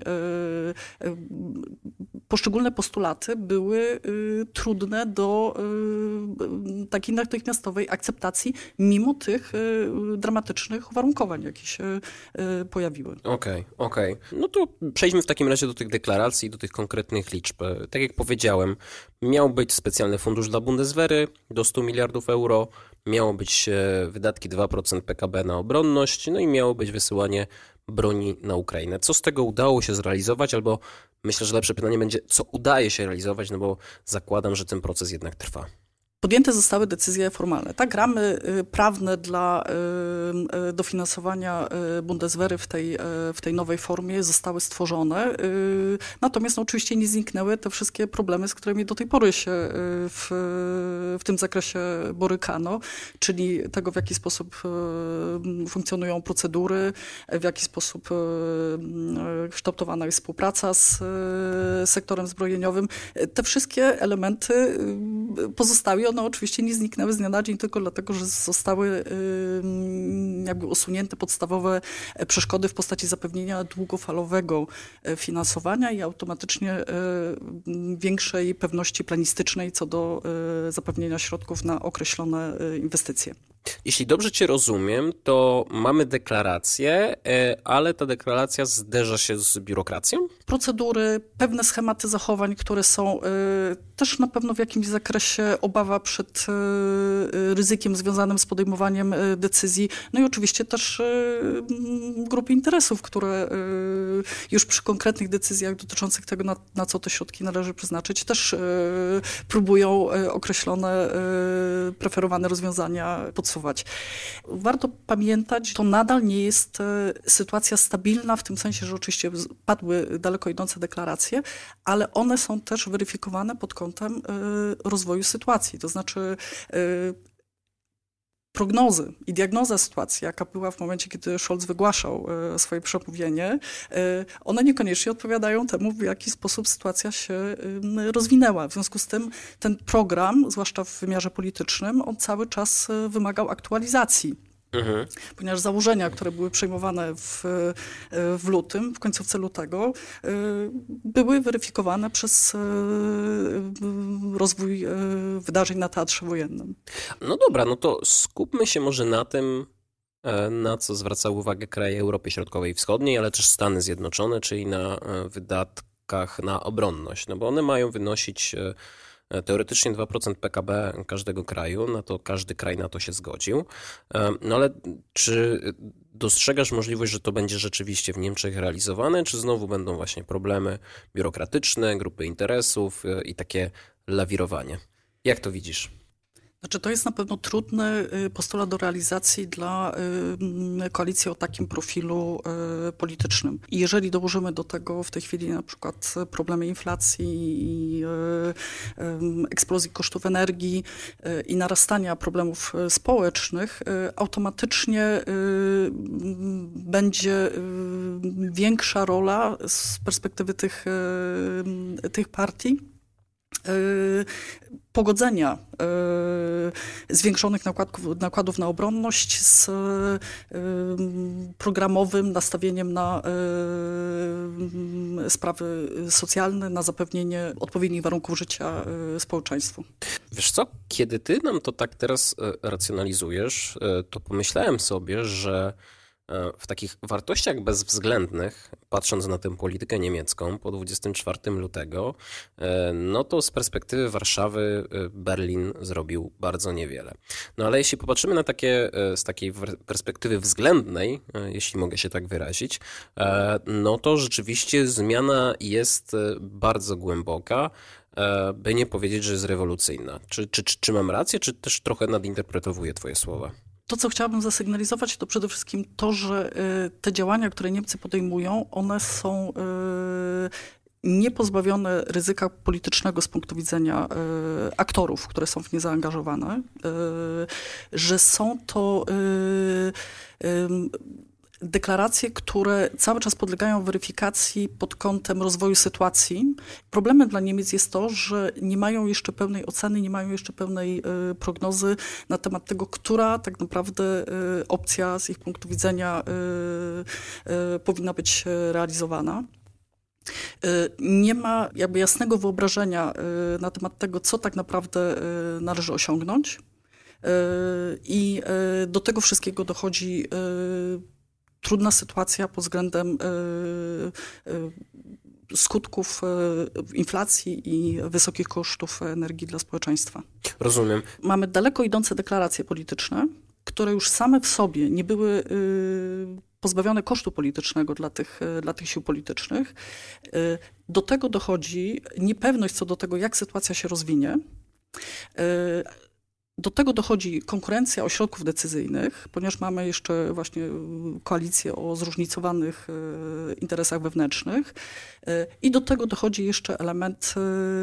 poszczególne postulaty były trudne do takiej natychmiastowej akceptacji, mimo tych dramatycznych uwarunkowań, jakie się pojawiły. Okej. No to przejdźmy w takim razie do tych deklaracji, do tych konkretnych liczb. Tak jak powiedziałem, miał być specjalny fundusz dla Bundeswehry do 100 miliardów euro, miało być wydatki 2% PKB na obronność, no i miało być wysyłanie broni na Ukrainę. Co z tego udało się zrealizować, albo myślę, że lepsze pytanie będzie, co udaje się realizować, no bo zakładam, że ten proces jednak trwa. Podjęte zostały decyzje formalne. Tak, ramy prawne dla dofinansowania Bundeswehry w tej nowej formie zostały stworzone. Natomiast oczywiście nie zniknęły te wszystkie problemy, z którymi do tej pory się w tym zakresie borykano, czyli tego, w jaki sposób funkcjonują procedury, w jaki sposób kształtowana jest współpraca z sektorem zbrojeniowym. Te wszystkie elementy pozostały. One oczywiście nie zniknęły z dnia na dzień tylko dlatego, że zostały jakby usunięte podstawowe przeszkody w postaci zapewnienia długofalowego finansowania i automatycznie większej pewności planistycznej co do zapewnienia środków na określone inwestycje. Jeśli dobrze cię rozumiem, to mamy deklarację, ale ta deklaracja zderza się z biurokracją? Procedury, pewne schematy zachowań, które są też na pewno w jakimś zakresie obawa przed ryzykiem związanym z podejmowaniem decyzji. No i oczywiście też grupy interesów, które już przy konkretnych decyzjach dotyczących tego, na co te środki należy przeznaczyć, też próbują określone, preferowane rozwiązania podsuwać. Warto pamiętać, to nadal nie jest sytuacja stabilna, w tym sensie, że oczywiście padły daleko idące deklaracje, ale one są też weryfikowane pod kątem rozwoju sytuacji. To znaczy prognozy i diagnoza sytuacji, jaka była w momencie, kiedy Scholz wygłaszał swoje przemówienie, one niekoniecznie odpowiadają temu, w jaki sposób sytuacja się rozwinęła. W związku z tym ten program, zwłaszcza w wymiarze politycznym, on cały czas wymagał aktualizacji. Ponieważ założenia, które były przyjmowane w lutym, w końcówce lutego, były weryfikowane przez rozwój wydarzeń na teatrze wojennym. No dobra, no to skupmy się może na tym, na co zwracały uwagę kraje Europy Środkowej i Wschodniej, ale też Stany Zjednoczone, czyli na wydatkach na obronność, no bo one mają wynosić teoretycznie 2% PKB każdego kraju, na to każdy kraj na to się zgodził. No ale czy dostrzegasz możliwość, że to będzie rzeczywiście w Niemczech realizowane, czy znowu będą właśnie problemy biurokratyczne, grupy interesów i takie lawirowanie? Jak to widzisz? Znaczy, to jest na pewno trudny postulat do realizacji dla koalicji o takim profilu politycznym. I jeżeli dołożymy do tego w tej chwili na przykład problemy inflacji i eksplozji kosztów energii i narastania problemów społecznych, automatycznie będzie większa rola z perspektywy tych partii pogodzenia zwiększonych nakładów na obronność z programowym nastawieniem na sprawy socjalne, na zapewnienie odpowiednich warunków życia społeczeństwu. Wiesz co, kiedy ty nam to tak teraz racjonalizujesz, to pomyślałem sobie, że w takich wartościach bezwzględnych, patrząc na tę politykę niemiecką po 24 lutego, no to z perspektywy Warszawy Berlin zrobił bardzo niewiele. No ale jeśli popatrzymy na z takiej perspektywy względnej, jeśli mogę się tak wyrazić, no to rzeczywiście zmiana jest bardzo głęboka, by nie powiedzieć, że jest rewolucyjna. Czy mam rację, czy też trochę nadinterpretowuję twoje słowa? To, co chciałabym zasygnalizować, to przede wszystkim to, że te działania, które Niemcy podejmują, one są niepozbawione ryzyka politycznego z punktu widzenia aktorów, które są w nie zaangażowane, że są to deklaracje, które cały czas podlegają weryfikacji pod kątem rozwoju sytuacji. Problemem dla Niemiec jest to, że nie mają jeszcze pełnej oceny, nie mają jeszcze pełnej prognozy na temat tego, która tak naprawdę opcja z ich punktu widzenia powinna być realizowana. Nie ma jakby jasnego wyobrażenia na temat tego, co tak naprawdę należy osiągnąć. I do tego wszystkiego dochodzi trudna sytuacja pod względem skutków inflacji i wysokich kosztów energii dla społeczeństwa. Rozumiem. Mamy daleko idące deklaracje polityczne, które już same w sobie nie były pozbawione kosztu politycznego dla tych sił politycznych. Do tego dochodzi niepewność co do tego, jak sytuacja się rozwinie. Do tego dochodzi konkurencja ośrodków decyzyjnych, ponieważ mamy jeszcze właśnie koalicję o zróżnicowanych interesach wewnętrznych. I do tego dochodzi jeszcze element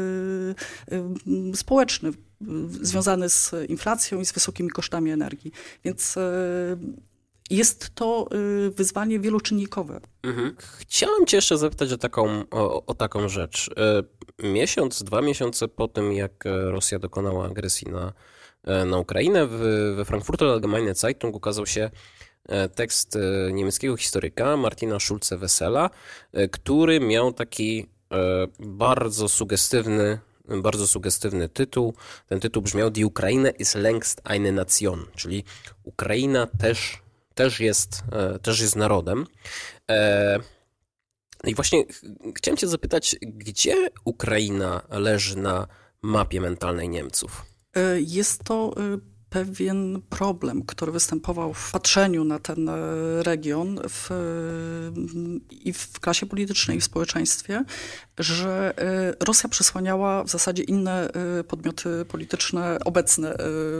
społeczny związany z inflacją i z wysokimi kosztami energii. Więc jest to wyzwanie wieloczynnikowe. Chciałem cię jeszcze zapytać o taką rzecz. Miesiąc, 2 miesiące po tym, jak Rosja dokonała agresji na Ukrainę, we Frankfurter Allgemeine Zeitung ukazał się tekst niemieckiego historyka Martina Schulze-Wessela, który miał taki bardzo sugestywny tytuł. Ten tytuł brzmiał Die Ukraine ist längst eine Nation, czyli Ukraina też jest narodem. I właśnie chciałem cię zapytać, gdzie Ukraina leży na mapie mentalnej Niemców? Jest to pewien problem, który występował w patrzeniu na ten region i w klasie politycznej, i w społeczeństwie, że Rosja przysłaniała w zasadzie inne podmioty polityczne obecne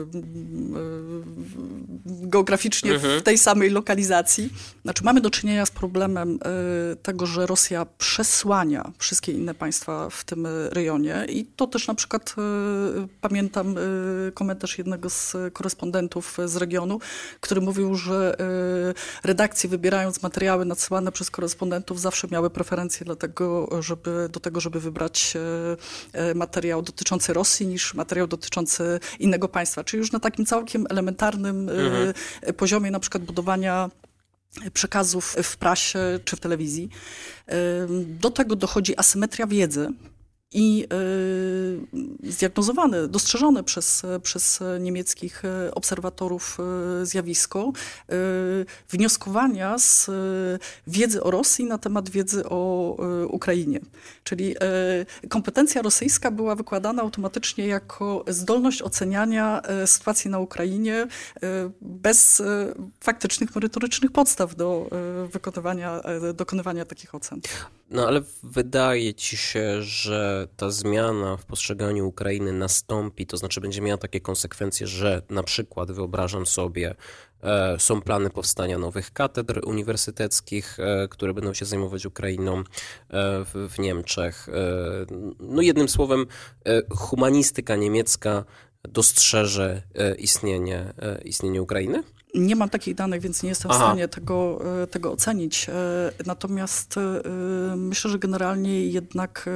geograficznie w tej samej lokalizacji. Znaczy mamy do czynienia z problemem tego, że Rosja przesłania wszystkie inne państwa w tym rejonie i to też na przykład pamiętam komentarz jednego z korespondentów z regionu, który mówił, że redakcje, wybierając materiały nadsyłane przez korespondentów, zawsze miały preferencje do tego, żeby wybrać materiał dotyczący Rosji niż materiał dotyczący innego państwa. Czyli już na takim całkiem elementarnym poziomie na przykład budowania przekazów w prasie czy w telewizji. Do tego dochodzi asymetria wiedzy i zdiagnozowane, dostrzeżone przez niemieckich obserwatorów zjawisko wnioskowania z wiedzy o Rosji na temat wiedzy o Ukrainie. Czyli kompetencja rosyjska była wykładana automatycznie jako zdolność oceniania sytuacji na Ukrainie bez faktycznych, merytorycznych podstaw do dokonywania takich ocen. No ale wydaje ci się, że ta zmiana w postrzeganiu Ukrainy nastąpi, to znaczy będzie miała takie konsekwencje, że na przykład wyobrażam sobie, są plany powstania nowych katedr uniwersyteckich, które będą się zajmować Ukrainą w Niemczech. No jednym słowem, humanistyka niemiecka dostrzeże istnienie Ukrainy? Nie mam takich danych, więc nie jestem w stanie tego ocenić. Natomiast myślę, że generalnie jednak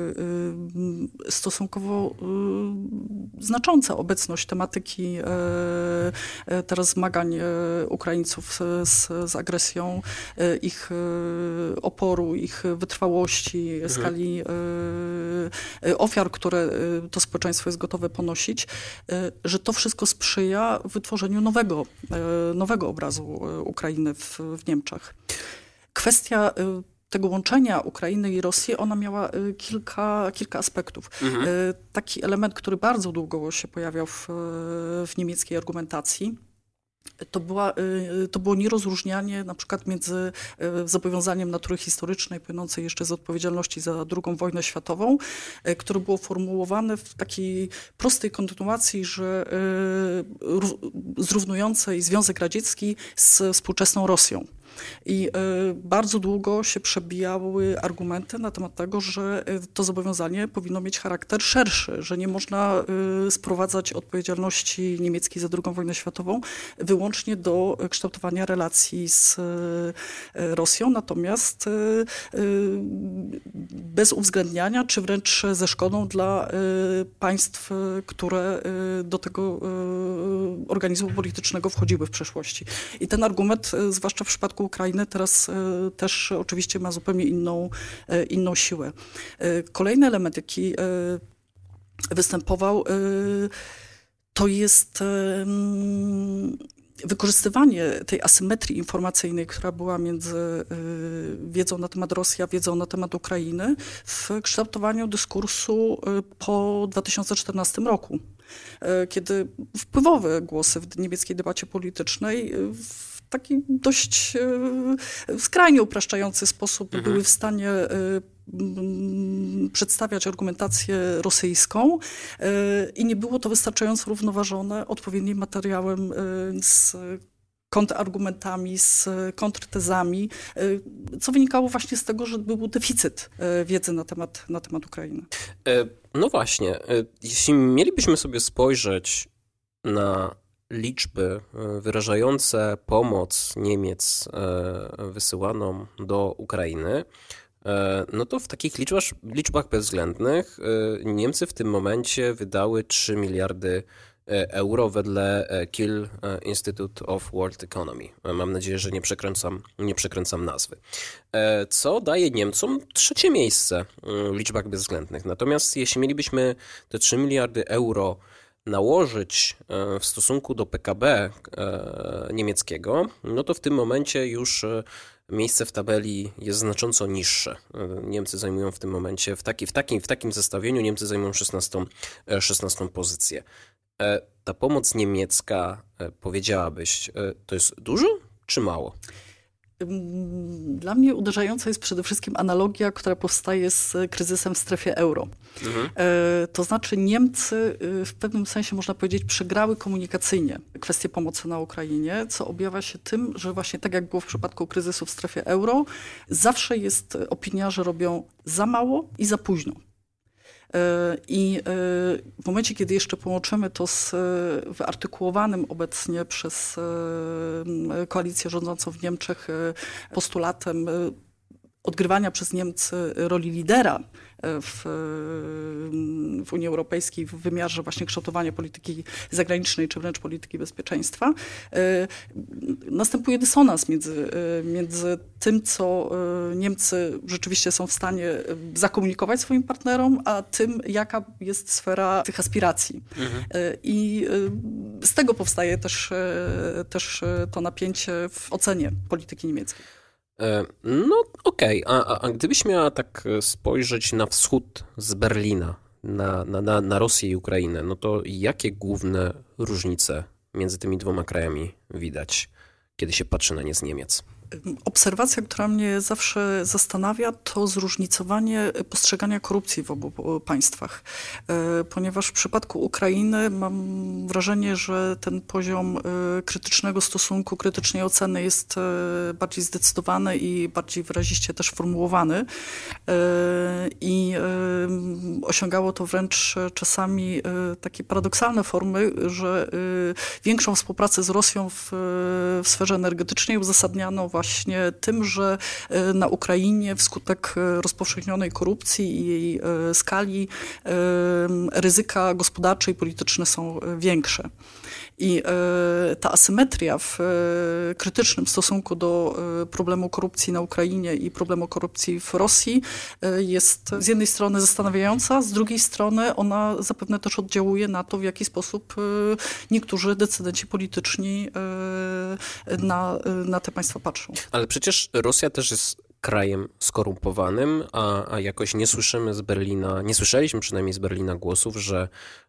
stosunkowo znacząca obecność tematyki teraz zmagań Ukraińców z agresją, ich oporu, ich wytrwałości, skali ofiar, które to społeczeństwo jest gotowe ponosić, że to wszystko sprzyja wytworzeniu nowego obrazu Ukrainy w Niemczech. Kwestia tego łączenia Ukrainy i Rosji, ona miała kilka aspektów. Taki element, który bardzo długo się pojawiał w niemieckiej argumentacji, To było nierozróżnianie na przykład między zobowiązaniem natury historycznej płynącej jeszcze z odpowiedzialności za II wojnę światową, które było formułowane w takiej prostej kontynuacji, że zrównującej Związek Radziecki z współczesną Rosją. I bardzo długo się przebijały argumenty na temat tego, że to zobowiązanie powinno mieć charakter szerszy, że nie można sprowadzać odpowiedzialności niemieckiej za II wojnę światową wyłącznie do kształtowania relacji z Rosją, natomiast bez uwzględniania, czy wręcz ze szkodą dla państw, które do tego organizmu politycznego wchodziły w przeszłości. I ten argument, zwłaszcza w przypadku Ukrainy, teraz też oczywiście ma zupełnie inną siłę. Kolejny element, jaki występował, to jest wykorzystywanie tej asymetrii informacyjnej, która była między wiedzą na temat Rosji, a wiedzą na temat Ukrainy w kształtowaniu dyskursu po 2014 roku, kiedy wpływowe głosy w niemieckiej debacie politycznej w taki dość skrajnie upraszczający sposób były w stanie przedstawiać argumentację rosyjską i nie było to wystarczająco równoważone odpowiednim materiałem z kontrargumentami, z kontrtezami, co wynikało właśnie z tego, że był deficyt wiedzy na temat Ukrainy. No właśnie, jeśli mielibyśmy sobie spojrzeć na liczby wyrażające pomoc Niemiec wysyłaną do Ukrainy, no to w takich liczbach bezwzględnych Niemcy w tym momencie wydały 3 miliardy euro wedle Kiel Institute of World Economy. Mam nadzieję, że nie przekręcam nazwy. Co daje Niemcom 3. miejsce w liczbach bezwzględnych. Natomiast jeśli mielibyśmy te 3 miliardy euro nałożyć w stosunku do PKB niemieckiego, no to w tym momencie już miejsce w tabeli jest znacząco niższe. Niemcy zajmują w tym momencie, w takim zestawieniu Niemcy zajmują 16 pozycję. Ta pomoc niemiecka, powiedziałabyś, to jest dużo czy mało? Dla mnie uderzająca jest przede wszystkim analogia, która powstaje z kryzysem w strefie euro. To znaczy Niemcy w pewnym sensie, można powiedzieć, przegrały komunikacyjnie kwestię pomocy na Ukrainie, co objawia się tym, że właśnie tak jak było w przypadku kryzysu w strefie euro, zawsze jest opinia, że robią za mało i za późno. I w momencie, kiedy jeszcze połączymy to z wyartykułowanym obecnie przez koalicję rządzącą w Niemczech postulatem odgrywania przez Niemcy roli lidera w Unii Europejskiej w wymiarze właśnie kształtowania polityki zagranicznej, czy wręcz polityki bezpieczeństwa, następuje dysonans między tym, co Niemcy rzeczywiście są w stanie zakomunikować swoim partnerom, a tym, jaka jest sfera tych aspiracji. I z tego powstaje też to napięcie w ocenie polityki niemieckiej. No okej, a gdybyś miała tak spojrzeć na wschód z Berlina, na Rosję i Ukrainę, no to jakie główne różnice między tymi dwoma krajami widać, kiedy się patrzy na nie z Niemiec? Obserwacja, która mnie zawsze zastanawia, to zróżnicowanie postrzegania korupcji w obu państwach. Ponieważ w przypadku Ukrainy mam wrażenie, że ten poziom krytycznego stosunku, krytycznej oceny jest bardziej zdecydowany i bardziej wyraziście też formułowany. I osiągało to wręcz czasami takie paradoksalne formy, że większą współpracę z Rosją w sferze energetycznej uzasadniano właśnie tym, że na Ukrainie wskutek rozpowszechnionej korupcji i jej skali ryzyka gospodarcze i polityczne są większe. I ta asymetria w krytycznym stosunku do problemu korupcji na Ukrainie i problemu korupcji w Rosji jest z jednej strony zastanawiająca, z drugiej strony ona zapewne też oddziałuje na to, w jaki sposób niektórzy decydenci polityczni na te państwa patrzą. Ale przecież Rosja też jest krajem skorumpowanym, a jakoś nie słyszeliśmy przynajmniej z Berlina głosów, że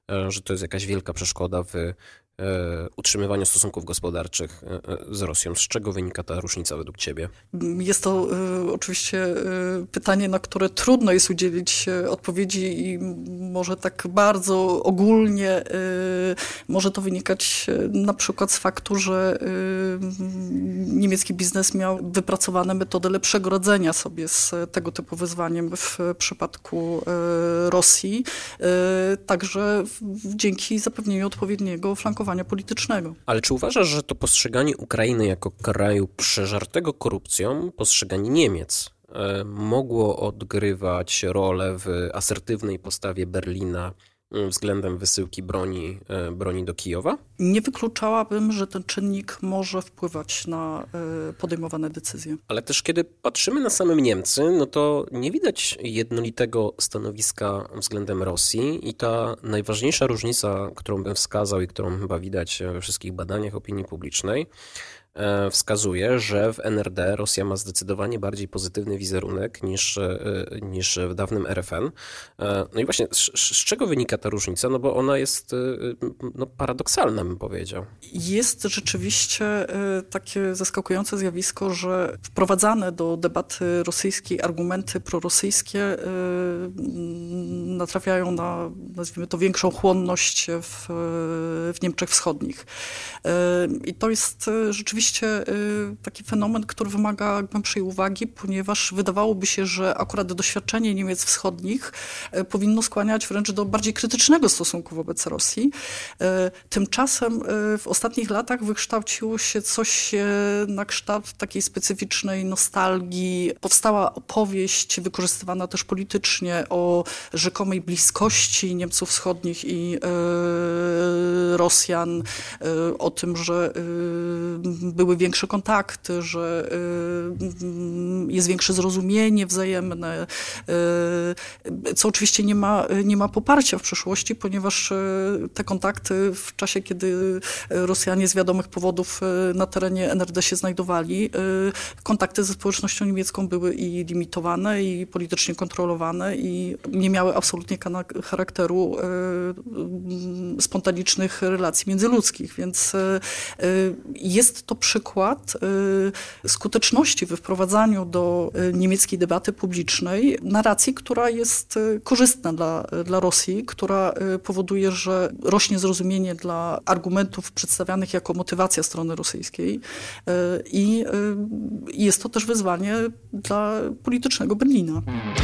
że to jest jakaś wielka przeszkoda w utrzymywaniu stosunków gospodarczych z Rosją. Z czego wynika ta różnica według ciebie? Jest to oczywiście pytanie, na które trudno jest udzielić odpowiedzi i może tak bardzo ogólnie może to wynikać na przykład z faktu, że niemiecki biznes miał wypracowane metody lepszego radzenia sobie z tego typu wyzwaniem w przypadku Rosji, także dzięki zapewnieniu odpowiedniego flankowania politycznego. Ale czy uważasz, że to postrzeganie Ukrainy jako kraju przeżartego korupcją, postrzeganie Niemiec mogło odgrywać rolę w asertywnej postawie Berlina względem wysyłki broni do Kijowa? Nie wykluczałabym, że ten czynnik może wpływać na podejmowane decyzje. Ale też kiedy patrzymy na same Niemcy, no to nie widać jednolitego stanowiska względem Rosji i ta najważniejsza różnica, którą bym wskazał i którą chyba widać we wszystkich badaniach opinii publicznej, wskazuje, że w NRD Rosja ma zdecydowanie bardziej pozytywny wizerunek niż w dawnym RFN. No i właśnie z czego wynika ta różnica? No bo ona jest paradoksalna, bym powiedział. Jest rzeczywiście takie zaskakujące zjawisko, że wprowadzane do debaty rosyjskiej argumenty prorosyjskie natrafiają na, nazwijmy to, większą chłonność w Niemczech Wschodnich. I to jest rzeczywiście taki fenomen, który wymaga głębszej uwagi, ponieważ wydawałoby się, że akurat doświadczenie Niemiec Wschodnich powinno skłaniać wręcz do bardziej krytycznego stosunku wobec Rosji. Tymczasem w ostatnich latach wykształciło się coś na kształt takiej specyficznej nostalgii. Powstała opowieść wykorzystywana też politycznie o rzekomej bliskości Niemców Wschodnich i Rosjan, o tym, że były większe kontakty, że jest większe zrozumienie wzajemne, co oczywiście nie ma poparcia w przeszłości, ponieważ te kontakty w czasie, kiedy Rosjanie z wiadomych powodów na terenie NRD się znajdowali, kontakty ze społecznością niemiecką były i limitowane, i politycznie kontrolowane, i nie miały absolutnie charakteru spontanicznych relacji międzyludzkich, więc jest to przykład skuteczności we wprowadzaniu do niemieckiej debaty publicznej narracji, która jest korzystna dla Rosji, która powoduje, że rośnie zrozumienie dla argumentów przedstawianych jako motywacja strony rosyjskiej i jest to też wyzwanie dla politycznego Berlina.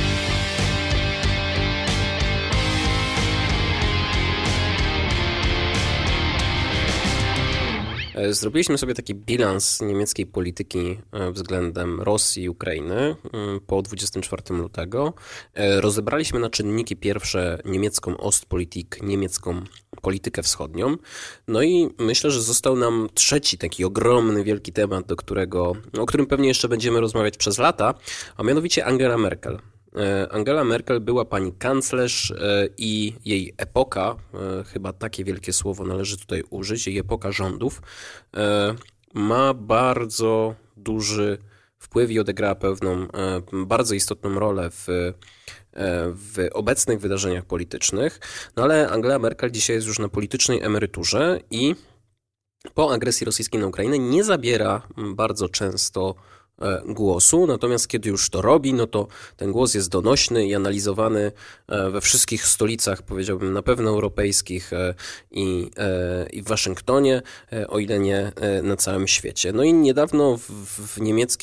Zrobiliśmy sobie taki bilans niemieckiej polityki względem Rosji i Ukrainy po 24 lutego. Rozebraliśmy na czynniki pierwsze niemiecką Ostpolitik, niemiecką politykę wschodnią. No i myślę, że został nam trzeci taki ogromny, wielki temat, o którym pewnie jeszcze będziemy rozmawiać przez lata, a mianowicie Angela Merkel. Angela Merkel była pani kanclerz i jej epoka, chyba takie wielkie słowo należy tutaj użyć, jej epoka rządów, ma bardzo duży wpływ i odegrała pewną bardzo istotną rolę w obecnych wydarzeniach politycznych. No ale Angela Merkel dzisiaj jest już na politycznej emeryturze i po agresji rosyjskiej na Ukrainę nie zabiera bardzo często głosu, natomiast kiedy już to robi, no to ten głos jest donośny i analizowany we wszystkich stolicach, powiedziałbym na pewno europejskich i w Waszyngtonie, o ile nie na całym świecie. No i niedawno w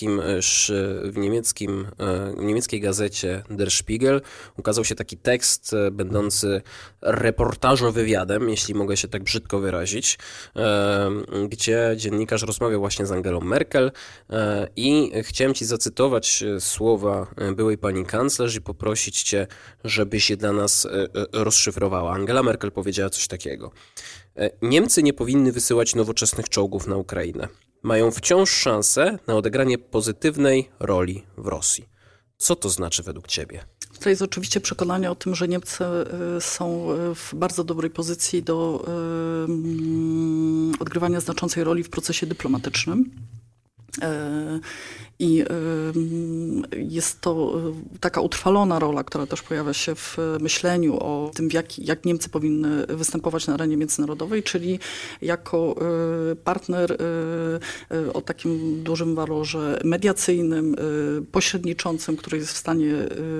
niemieckiej gazecie Der Spiegel ukazał się taki tekst będący reportażo-wywiadem, jeśli mogę się tak brzydko wyrazić, gdzie dziennikarz rozmawiał właśnie z Angelą Merkel i chciałem ci zacytować słowa byłej pani kanclerz i poprosić cię, żebyś je dla nas rozszyfrowała. Angela Merkel powiedziała coś takiego. Niemcy nie powinny wysyłać nowoczesnych czołgów na Ukrainę. Mają wciąż szansę na odegranie pozytywnej roli w Rosji. Co to znaczy według ciebie? To jest oczywiście przekonanie o tym, że Niemcy są w bardzo dobrej pozycji do odgrywania znaczącej roli w procesie dyplomatycznym. I jest to taka utrwalona rola, która też pojawia się w myśleniu o tym, jak Niemcy powinny występować na arenie międzynarodowej, czyli jako partner o takim dużym walorze mediacyjnym, pośredniczącym, który jest w stanie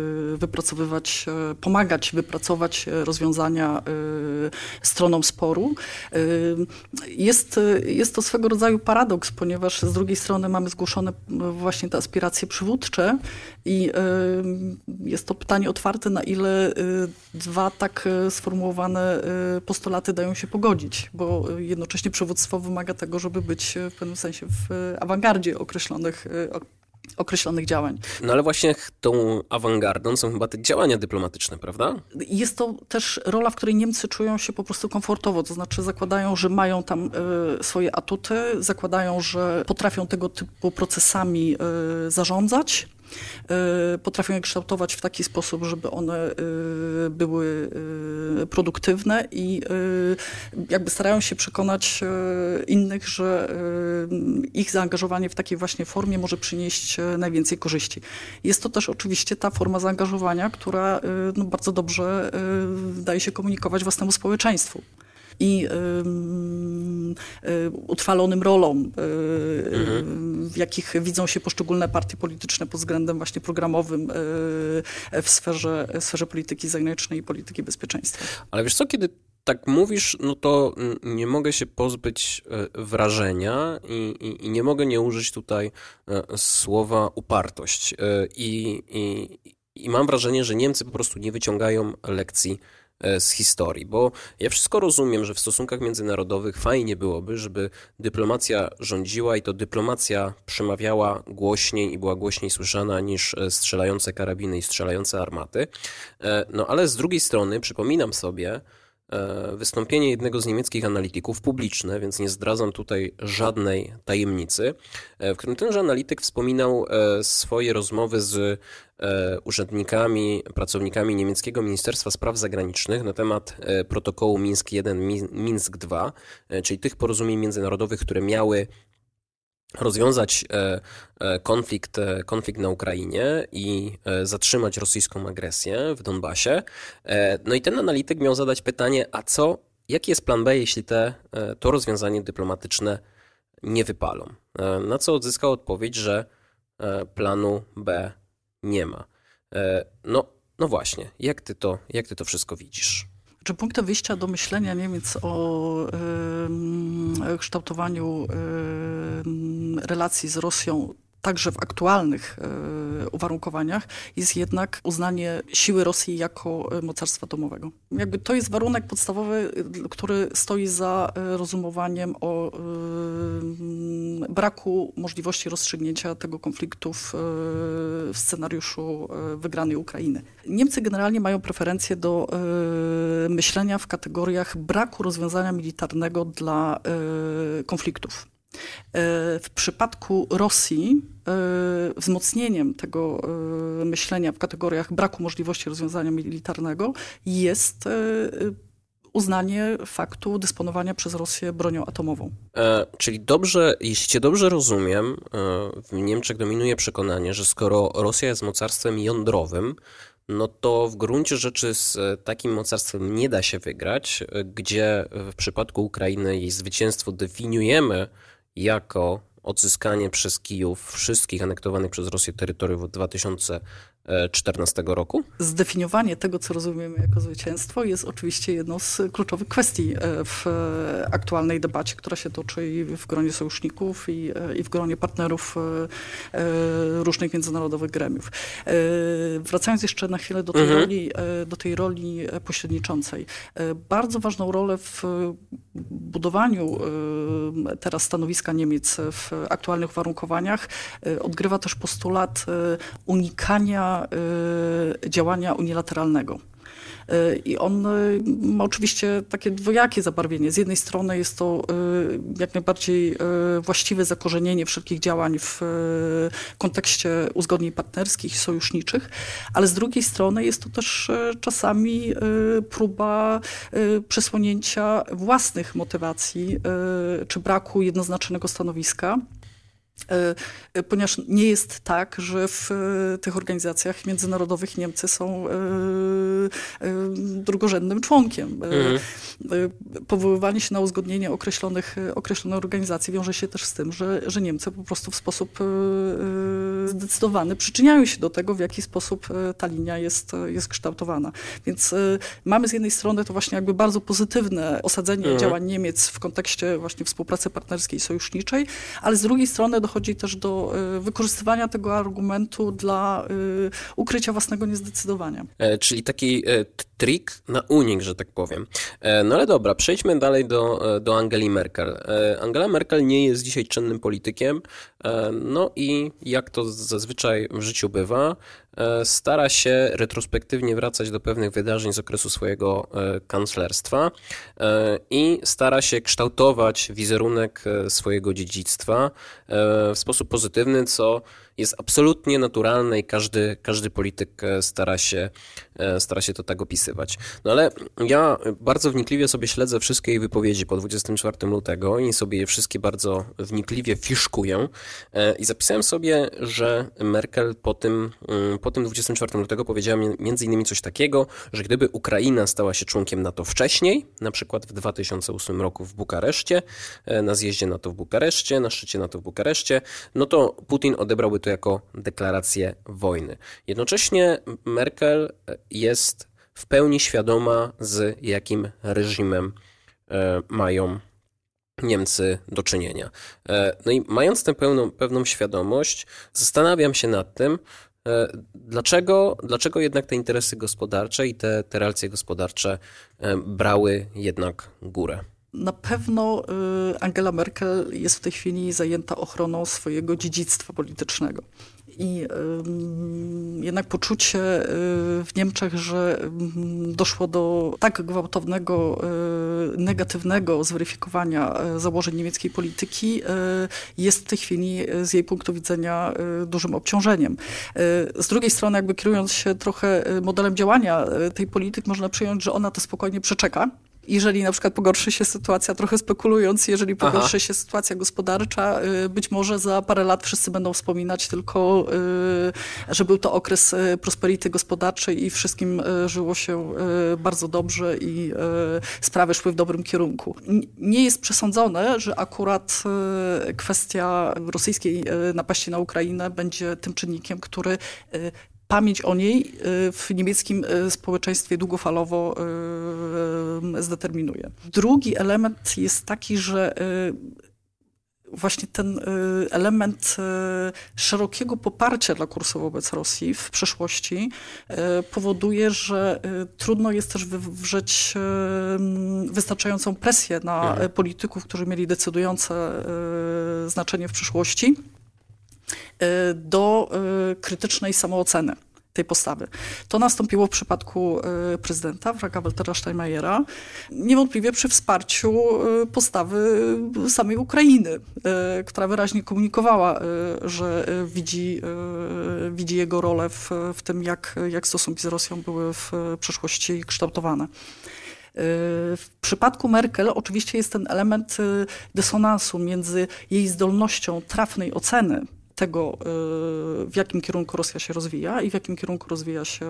pomagać wypracować rozwiązania stronom sporu. Jest to swego rodzaju paradoks, ponieważ z drugiej strony mamy zgłoszone właśnie te aspiracje przywódcze i jest to pytanie otwarte, na ile dwa tak sformułowane postulaty dają się pogodzić, bo jednocześnie przywództwo wymaga tego, żeby być w pewnym sensie w awangardzie określonych działań. No ale właśnie tą awangardą są chyba te działania dyplomatyczne, prawda? Jest to też rola, w której Niemcy czują się po prostu komfortowo, to znaczy zakładają, że mają tam swoje atuty, zakładają, że potrafią tego typu procesami zarządzać. Potrafią je kształtować w taki sposób, żeby one były produktywne i jakby starają się przekonać innych, że ich zaangażowanie w takiej właśnie formie może przynieść najwięcej korzyści. Jest to też oczywiście ta forma zaangażowania, która bardzo dobrze daje się komunikować własnemu społeczeństwu. I utrwalonym rolom, w jakich widzą się poszczególne partie polityczne pod względem właśnie programowym w sferze polityki zagranicznej i polityki bezpieczeństwa. Ale wiesz co, kiedy tak mówisz, no to nie mogę się pozbyć wrażenia i nie mogę nie użyć tutaj słowa upartość. I mam wrażenie, że Niemcy po prostu nie wyciągają lekcji z historii, bo ja wszystko rozumiem, że w stosunkach międzynarodowych fajnie byłoby, żeby dyplomacja rządziła i to dyplomacja przemawiała głośniej i była głośniej słyszana niż strzelające karabiny i strzelające armaty. No ale z drugiej strony przypominam sobie wystąpienie jednego z niemieckich analityków, publiczne, więc nie zdradzam tutaj żadnej tajemnicy, w którym tenże analityk wspominał swoje rozmowy z urzędnikami, pracownikami niemieckiego Ministerstwa Spraw Zagranicznych na temat protokołu Mińsk I, Mińsk II, czyli tych porozumień międzynarodowych, które miały rozwiązać konflikt na Ukrainie i zatrzymać rosyjską agresję w Donbasie. No i ten analityk miał zadać pytanie, jaki jest plan B, jeśli to rozwiązanie dyplomatyczne nie wypalą? Na co odzyskał odpowiedź, że planu B nie ma. No właśnie, jak ty to wszystko widzisz? Czy punktem wyjścia do myślenia Niemiec o kształtowaniu relacji z Rosją także w aktualnych uwarunkowaniach jest jednak uznanie siły Rosji jako mocarstwa atomowego. Jakby to jest warunek podstawowy, który stoi za rozumowaniem o braku możliwości rozstrzygnięcia tego konfliktu w scenariuszu wygranej Ukrainy. Niemcy generalnie mają preferencję do myślenia w kategoriach braku rozwiązania militarnego dla konfliktów. W przypadku Rosji wzmocnieniem tego myślenia w kategoriach braku możliwości rozwiązania militarnego jest uznanie faktu dysponowania przez Rosję bronią atomową. Czyli jeśli cię dobrze rozumiem, w Niemczech dominuje przekonanie, że skoro Rosja jest mocarstwem jądrowym, no to w gruncie rzeczy z takim mocarstwem nie da się wygrać, gdzie w przypadku Ukrainy jej zwycięstwo definiujemy jako odzyskanie przez Kijów wszystkich anektowanych przez Rosję terytoriów od 2014 roku? Zdefiniowanie tego, co rozumiemy jako zwycięstwo, jest oczywiście jedną z kluczowych kwestii w aktualnej debacie, która się toczy i w gronie sojuszników, i w gronie partnerów różnych międzynarodowych gremiów. Wracając jeszcze na chwilę do tej roli pośredniczącej. Bardzo ważną rolę w budowaniu teraz stanowiska Niemiec w aktualnych warunkowaniach odgrywa też postulat unikania działania unilateralnego. I on ma oczywiście takie dwojakie zabarwienie. Z jednej strony jest to jak najbardziej właściwe zakorzenienie wszelkich działań w kontekście uzgodnień partnerskich i sojuszniczych, ale z drugiej strony jest to też czasami próba przesłonięcia własnych motywacji czy braku jednoznacznego stanowiska. Ponieważ nie jest tak, że w tych organizacjach międzynarodowych Niemcy są drugorzędnym członkiem. Powoływanie się na uzgodnienie określonej organizacji wiąże się też z tym, że Niemcy po prostu w sposób zdecydowany przyczyniają się do tego, w jaki sposób ta linia jest kształtowana. Więc mamy z jednej strony to właśnie jakby bardzo pozytywne osadzenie działań Niemiec w kontekście właśnie współpracy partnerskiej i sojuszniczej, ale z drugiej strony dochodzi też do wykorzystywania tego argumentu dla ukrycia własnego niezdecydowania. Czyli taki trik na unik, że tak powiem. No ale dobra, przejdźmy dalej do Angeli Merkel. Angela Merkel nie jest dzisiaj czynnym politykiem, no i jak to zazwyczaj w życiu bywa, stara się retrospektywnie wracać do pewnych wydarzeń z okresu swojego kanclerstwa i stara się kształtować wizerunek swojego dziedzictwa w sposób pozytywny, co jest absolutnie naturalne i każdy polityk stara się to tak opisywać. No ale ja bardzo wnikliwie sobie śledzę wszystkie jej wypowiedzi po 24 lutego i sobie je wszystkie bardzo wnikliwie fiszkuję i zapisałem sobie, że Merkel po tym 24 lutego powiedziała między innymi coś takiego, że gdyby Ukraina stała się członkiem NATO wcześniej, na przykład w 2008 roku w Bukareszcie, na zjeździe NATO w Bukareszcie, na szczycie NATO w Bukareszcie, no to Putin odebrałby to jako deklarację wojny. Jednocześnie Merkel jest w pełni świadoma, z jakim reżimem mają Niemcy do czynienia. No i mając tę pewną świadomość, zastanawiam się nad tym, dlaczego jednak te interesy gospodarcze i te relacje gospodarcze brały jednak górę. Na pewno Angela Merkel jest w tej chwili zajęta ochroną swojego dziedzictwa politycznego. I jednak poczucie w Niemczech, że doszło do tak gwałtownego, negatywnego zweryfikowania założeń niemieckiej polityki jest w tej chwili z jej punktu widzenia dużym obciążeniem. Z drugiej strony, jakby kierując się trochę modelem działania tej polityk, można przyjąć, że ona to spokojnie przeczeka. Jeżeli na przykład pogorszy się sytuacja, trochę spekulując, jeżeli pogorszy się sytuacja gospodarcza, być może za parę lat wszyscy będą wspominać tylko, że był to okres prosperity gospodarczej i wszystkim żyło się bardzo dobrze i sprawy szły w dobrym kierunku. Nie jest przesądzone, że akurat kwestia rosyjskiej napaści na Ukrainę będzie tym czynnikiem, który pamięć o niej w niemieckim społeczeństwie długofalowo zdeterminuje. Drugi element jest taki, że właśnie ten element szerokiego poparcia dla kursu wobec Rosji w przeszłości powoduje, że trudno jest też wywrzeć wystarczającą presję na polityków, którzy mieli decydujące znaczenie w przyszłości, do krytycznej samooceny tej postawy. To nastąpiło w przypadku prezydenta Franka-Waltera Steinmeiera, niewątpliwie przy wsparciu postawy samej Ukrainy, która wyraźnie komunikowała, że widzi jego rolę w tym, jak stosunki z Rosją były w przeszłości kształtowane. W przypadku Merkel oczywiście jest ten element dysonansu między jej zdolnością trafnej oceny tego, w jakim kierunku Rosja się rozwija i w jakim kierunku rozwija się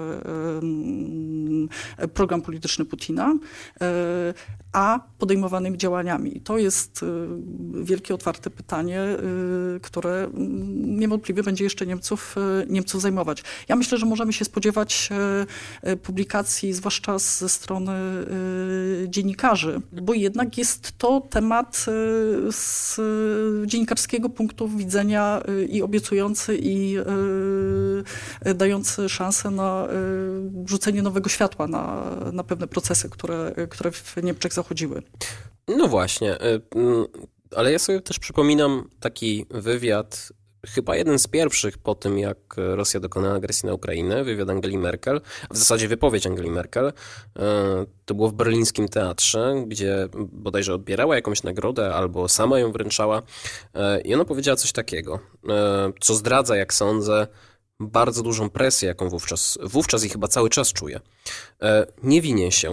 program polityczny Putina, a podejmowanymi działaniami. I to jest wielkie, otwarte pytanie, które niewątpliwie będzie jeszcze Niemców zajmować. Ja myślę, że możemy się spodziewać publikacji, zwłaszcza ze strony dziennikarzy, bo jednak jest to temat z dziennikarskiego punktu widzenia i obiecujący, i dający szansę na rzucenie nowego światła na pewne procesy, które w Niemczech zachodziły. No właśnie, ale ja sobie też przypominam taki wywiad, chyba jeden z pierwszych po tym, jak Rosja dokonała agresji na Ukrainę, wywiad Angeli Merkel, w zasadzie wypowiedź Angeli Merkel. To było w berlińskim teatrze, gdzie bodajże odbierała jakąś nagrodę albo sama ją wręczała i ona powiedziała coś takiego, co zdradza, jak sądzę, bardzo dużą presję, jaką wówczas i chyba cały czas czuje. Nie winię się.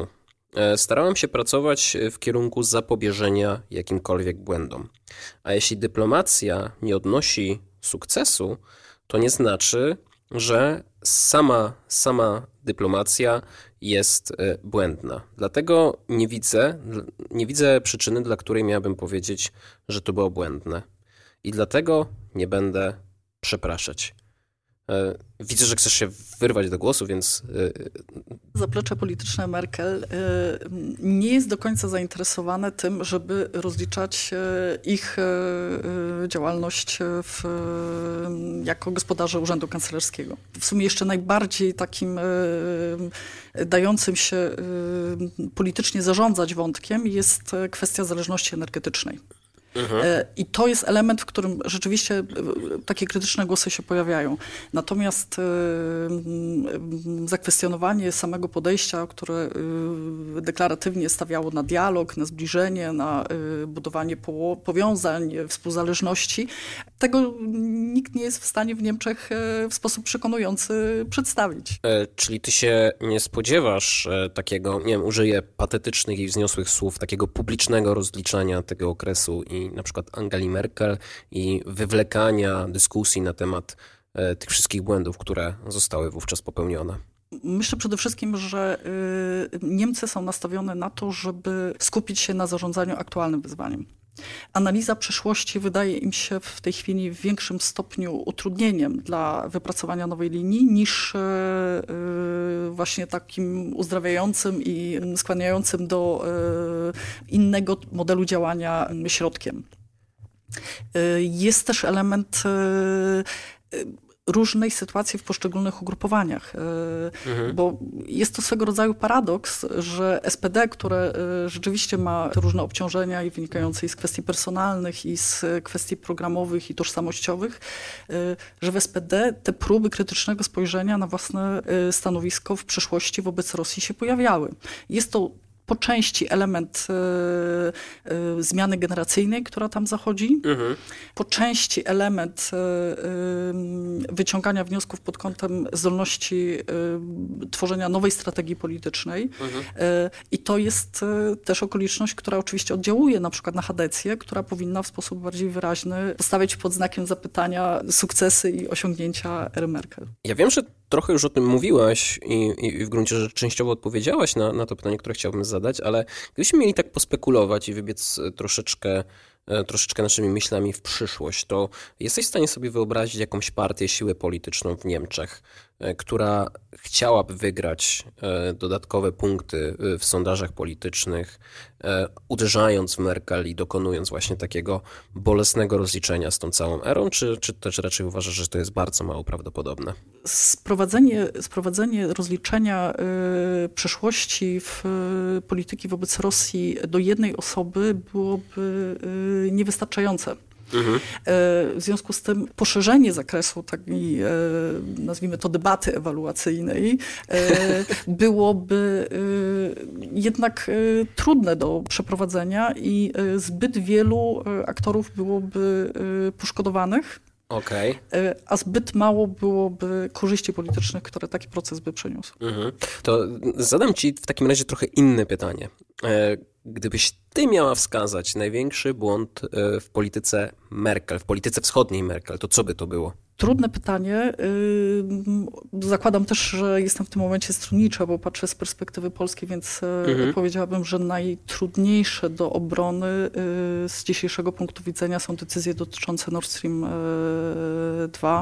Starałem się pracować w kierunku zapobieżenia jakimkolwiek błędom. A jeśli dyplomacja nie odnosi sukcesu, to nie znaczy, że sama dyplomacja jest błędna. Dlatego nie widzę przyczyny, dla której miałbym powiedzieć, że to było błędne. I dlatego nie będę przepraszać. Widzę, że chcesz się wyrwać do głosu, więc... Zaplecze polityczne Merkel nie jest do końca zainteresowane tym, żeby rozliczać ich działalność jako gospodarze Urzędu Kanclerskiego. W sumie jeszcze najbardziej takim dającym się politycznie zarządzać wątkiem jest kwestia zależności energetycznej. I to jest element, w którym rzeczywiście takie krytyczne głosy się pojawiają. Natomiast zakwestionowanie samego podejścia, które deklaratywnie stawiało na dialog, na zbliżenie, na budowanie powiązań, współzależności, tego nikt nie jest w stanie w Niemczech w sposób przekonujący przedstawić. Czyli ty się nie spodziewasz takiego, nie wiem, użyję patetycznych i wzniosłych słów, takiego publicznego rozliczania tego okresu i na przykład Angeli Merkel i wywlekania dyskusji na temat tych wszystkich błędów, które zostały wówczas popełnione? Myślę przede wszystkim, że Niemcy są nastawione na to, żeby skupić się na zarządzaniu aktualnym wyzwaniem. Analiza przyszłości wydaje im się w tej chwili w większym stopniu utrudnieniem dla wypracowania nowej linii niż właśnie takim uzdrawiającym i skłaniającym do innego modelu działania środkiem. Jest też element różnej sytuacji w poszczególnych ugrupowaniach, bo jest to swego rodzaju paradoks, że SPD, które rzeczywiście ma te różne obciążenia i wynikające i z kwestii personalnych, i z kwestii programowych i tożsamościowych, że w SPD te próby krytycznego spojrzenia na własne stanowisko w przeszłości wobec Rosji się pojawiały. Jest to po części element zmiany generacyjnej, która tam zachodzi, po części element wyciągania wniosków pod kątem zdolności tworzenia nowej strategii politycznej. I to jest też okoliczność, która oczywiście oddziałuje na przykład na Hadecję, która powinna w sposób bardziej wyraźny postawić pod znakiem zapytania sukcesy i osiągnięcia ery Merkel. Ja wiem, że trochę już o tym mówiłaś i w gruncie rzeczy częściowo odpowiedziałaś na to pytanie, które chciałbym zadać, ale gdybyśmy mieli tak pospekulować i wybiec troszeczkę naszymi myślami w przyszłość, to jesteś w stanie sobie wyobrazić jakąś partię, siłę polityczną w Niemczech, która chciałaby wygrać dodatkowe punkty w sondażach politycznych, uderzając w Merkel i dokonując właśnie takiego bolesnego rozliczenia z tą całą erą, czy też raczej uważasz, że to jest bardzo mało prawdopodobne? Sprowadzenie rozliczenia przeszłości w polityki wobec Rosji do jednej osoby byłoby niewystarczające. W związku z tym poszerzenie zakresu takiej, nazwijmy to, debaty ewaluacyjnej byłoby jednak trudne do przeprowadzenia i zbyt wielu aktorów byłoby poszkodowanych. Okay. A zbyt mało byłoby korzyści politycznych, które taki proces by przyniósł. To zadam ci w takim razie trochę inne pytanie. Gdybyś ty miała wskazać największy błąd w polityce Merkel, w polityce wschodniej Merkel, to co by to było? Trudne pytanie. Zakładam też, że jestem w tym momencie stronnicza, bo patrzę z perspektywy polskiej, więc powiedziałabym, że najtrudniejsze do obrony z dzisiejszego punktu widzenia są decyzje dotyczące Nord Stream 2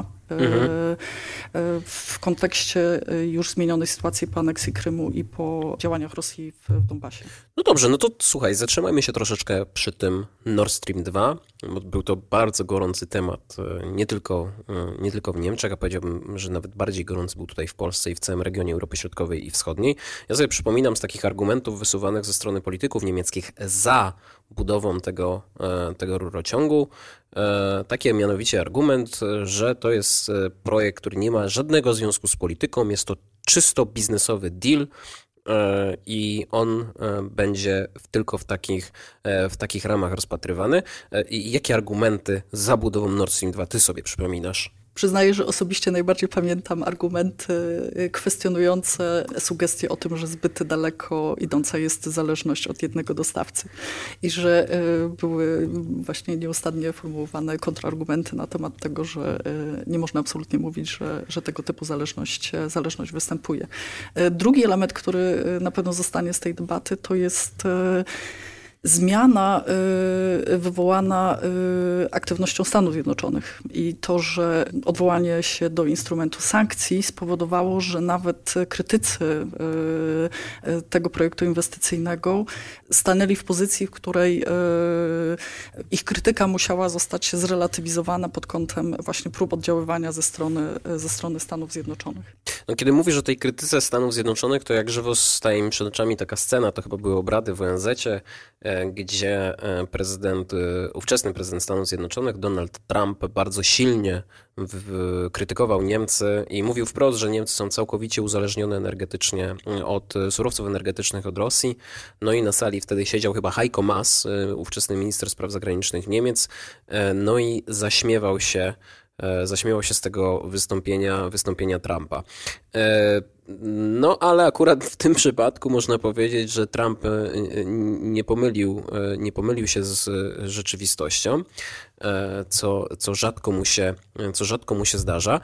w kontekście już zmienionej sytuacji po aneksji Krymu i po działaniach Rosji w Donbasie. No dobrze, no to słuchaj, zatrzymajmy się troszeczkę przy tym Nord Stream 2, bo był to bardzo gorący temat, nie tylko w Niemczech, a powiedziałbym, że nawet bardziej gorący był tutaj w Polsce i w całym regionie Europy Środkowej i Wschodniej. Ja sobie przypominam z takich argumentów wysuwanych ze strony polityków niemieckich za budową tego rurociągu, taki mianowicie argument, że to jest projekt, który nie ma żadnego związku z polityką, jest to czysto biznesowy deal i on będzie tylko w takich ramach rozpatrywany. I jakie argumenty za budową Nord Stream 2 ty sobie przypominasz? Przyznaję, że osobiście najbardziej pamiętam argumenty kwestionujące sugestie o tym, że zbyt daleko idąca jest zależność od jednego dostawcy i że były właśnie nieustannie formułowane kontrargumenty na temat tego, że nie można absolutnie mówić, że tego typu zależność występuje. Drugi element, który na pewno zostanie z tej debaty, to jest zmiana wywołana aktywnością Stanów Zjednoczonych i to, że odwołanie się do instrumentu sankcji spowodowało, że nawet krytycy tego projektu inwestycyjnego stanęli w pozycji, w której ich krytyka musiała zostać zrelatywizowana pod kątem właśnie prób oddziaływania ze strony Stanów Zjednoczonych. No, kiedy mówisz o tej krytyce Stanów Zjednoczonych, to jak żywo staje mi przed oczami taka scena, to chyba były obrady w ONZ-cie, gdzie ówczesny prezydent Stanów Zjednoczonych, Donald Trump, bardzo silnie krytykował Niemcy i mówił wprost, że Niemcy są całkowicie uzależnione energetycznie od surowców energetycznych od Rosji. No i na sali wtedy siedział chyba Heiko Maas, ówczesny minister spraw zagranicznych Niemiec, no i zaśmiewał się z tego wystąpienia Trumpa. No, ale akurat w tym przypadku można powiedzieć, że Trump nie pomylił się z rzeczywistością, co rzadko mu się zdarza.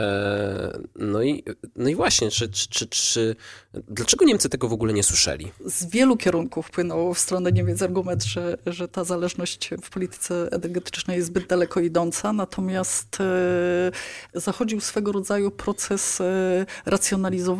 No i właśnie, dlaczego Niemcy tego w ogóle nie słyszeli? Z wielu kierunków płynął w stronę Niemiec argument, że ta zależność w polityce energetycznej jest zbyt daleko idąca, natomiast zachodził swego rodzaju proces racjonalizowania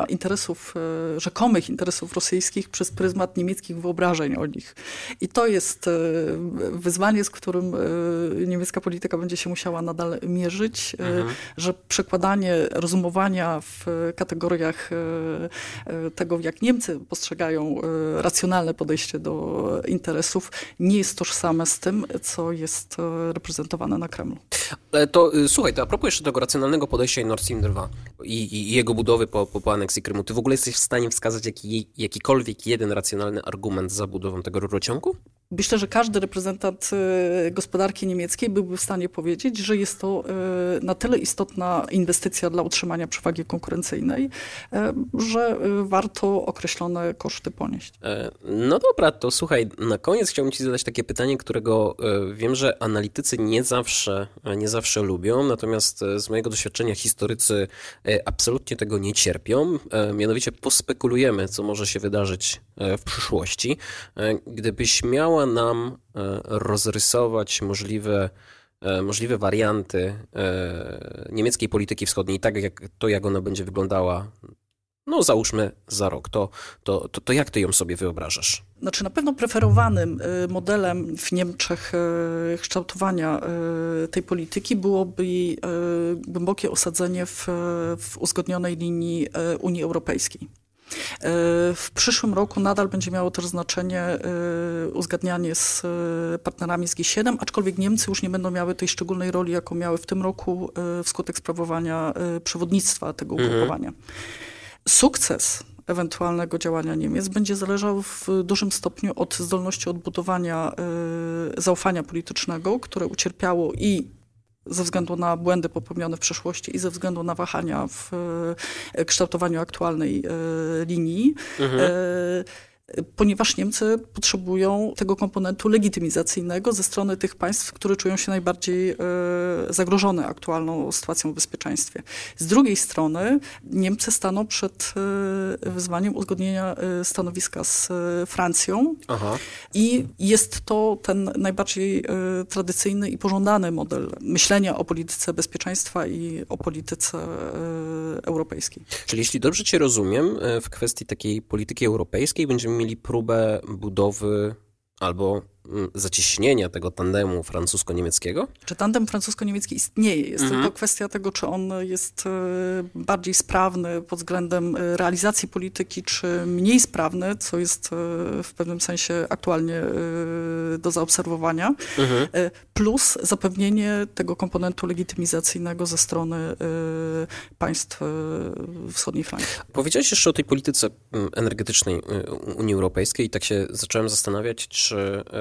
rzekomych interesów rosyjskich przez pryzmat niemieckich wyobrażeń o nich. I to jest wyzwanie, z którym niemiecka polityka będzie się musiała nadal mierzyć, że przekładanie rozumowania w kategoriach tego, jak Niemcy postrzegają racjonalne podejście do interesów, nie jest tożsame z tym, co jest reprezentowane na Kremlu. To słuchaj, to a propos jeszcze tego racjonalnego podejścia i Nord Stream 2 i jego budowy po aneksji Krymu, ty w ogóle jesteś w stanie wskazać jakikolwiek jeden racjonalny argument za budową tego rurociągu? Myślę, że każdy reprezentant gospodarki niemieckiej byłby w stanie powiedzieć, że jest to na tyle istotna inwestycja dla utrzymania przewagi konkurencyjnej, że warto określone koszty ponieść. No dobra, to słuchaj, na koniec chciałbym ci zadać takie pytanie, którego wiem, że analitycy nie zawsze lubią, natomiast z mojego doświadczenia historycy absolutnie tego nie cierpią. Mianowicie pospekulujemy, co może się wydarzyć w przyszłości. Gdybyś miała nam rozrysować możliwe warianty niemieckiej polityki wschodniej, tak jak ona będzie wyglądała, no załóżmy za rok, to jak ty ją sobie wyobrażasz? Znaczy na pewno preferowanym modelem w Niemczech kształtowania tej polityki byłoby głębokie osadzenie w uzgodnionej linii Unii Europejskiej. W przyszłym roku nadal będzie miało też znaczenie uzgadnianie z partnerami z G7, aczkolwiek Niemcy już nie będą miały tej szczególnej roli, jaką miały w tym roku wskutek sprawowania przewodnictwa tego ugrupowania. Sukces ewentualnego działania Niemiec będzie zależał w dużym stopniu od zdolności odbudowania zaufania politycznego, które ucierpiało i ze względu na błędy popełnione w przeszłości i ze względu na wahania w kształtowaniu aktualnej linii, ponieważ Niemcy potrzebują tego komponentu legitymizacyjnego ze strony tych państw, które czują się najbardziej zagrożone aktualną sytuacją w bezpieczeństwie. Z drugiej strony Niemcy staną przed wyzwaniem uzgodnienia stanowiska z Francją i jest to ten najbardziej tradycyjny i pożądany model myślenia o polityce bezpieczeństwa i o polityce europejskiej. Czyli jeśli dobrze cię rozumiem, w kwestii takiej polityki europejskiej będziemy mieli próbę budowy albo zacieśnienia tego tandemu francusko-niemieckiego? Czy tandem francusko-niemiecki istnieje? Jest tylko kwestia tego, czy on jest bardziej sprawny pod względem realizacji polityki, czy mniej sprawny, co jest w pewnym sensie aktualnie do zaobserwowania, plus zapewnienie tego komponentu legitymizacyjnego ze strony państw wschodniej flanki. Powiedziałeś jeszcze o tej polityce energetycznej Unii Europejskiej i tak się zacząłem zastanawiać, czy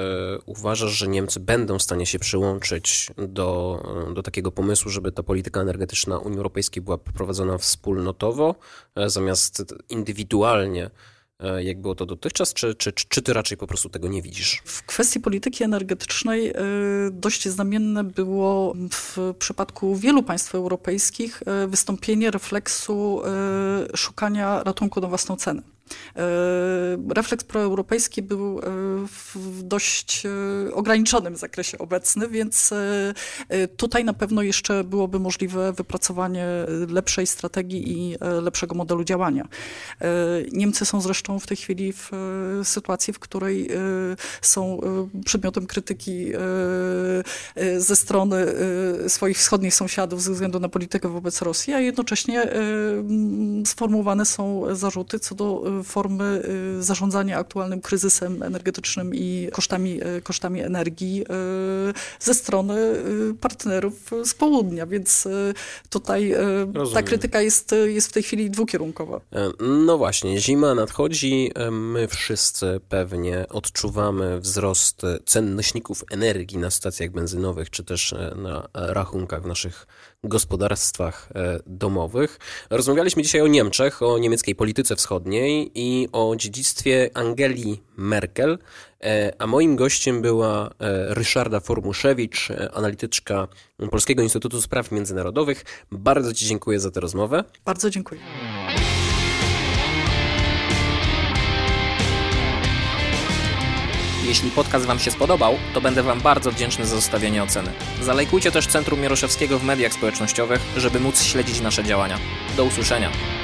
uważasz, że Niemcy będą w stanie się przyłączyć do takiego pomysłu, żeby ta polityka energetyczna Unii Europejskiej była prowadzona wspólnotowo, zamiast indywidualnie, jak było to dotychczas, czy ty raczej po prostu tego nie widzisz? W kwestii polityki energetycznej dość znamienne było w przypadku wielu państw europejskich wystąpienie refleksu szukania ratunku na własną cenę. Refleks proeuropejski był w dość ograniczonym zakresie obecny, więc tutaj na pewno jeszcze byłoby możliwe wypracowanie lepszej strategii i lepszego modelu działania. Niemcy są zresztą w tej chwili w sytuacji, w której są przedmiotem krytyki ze strony swoich wschodnich sąsiadów ze względu na politykę wobec Rosji, a jednocześnie sformułowane są zarzuty co do formy zarządzania aktualnym kryzysem energetycznym i kosztami energii ze strony partnerów z południa, więc tutaj ta krytyka jest w tej chwili dwukierunkowa. No właśnie, zima nadchodzi, my wszyscy pewnie odczuwamy wzrost cen nośników energii na stacjach benzynowych, czy też na rachunkach w naszych gospodarstwach domowych. Rozmawialiśmy dzisiaj o Niemczech, o niemieckiej polityce wschodniej i o dziedzictwie Angeli Merkel, a moim gościem była Ryszarda Formuszewicz, analityczka Polskiego Instytutu Spraw Międzynarodowych. Bardzo ci dziękuję za tę rozmowę. Bardzo dziękuję. Jeśli podcast wam się spodobał, to będę wam bardzo wdzięczny za zostawienie oceny. Zalajkujcie też Centrum Mieroszewskiego w mediach społecznościowych, żeby móc śledzić nasze działania. Do usłyszenia.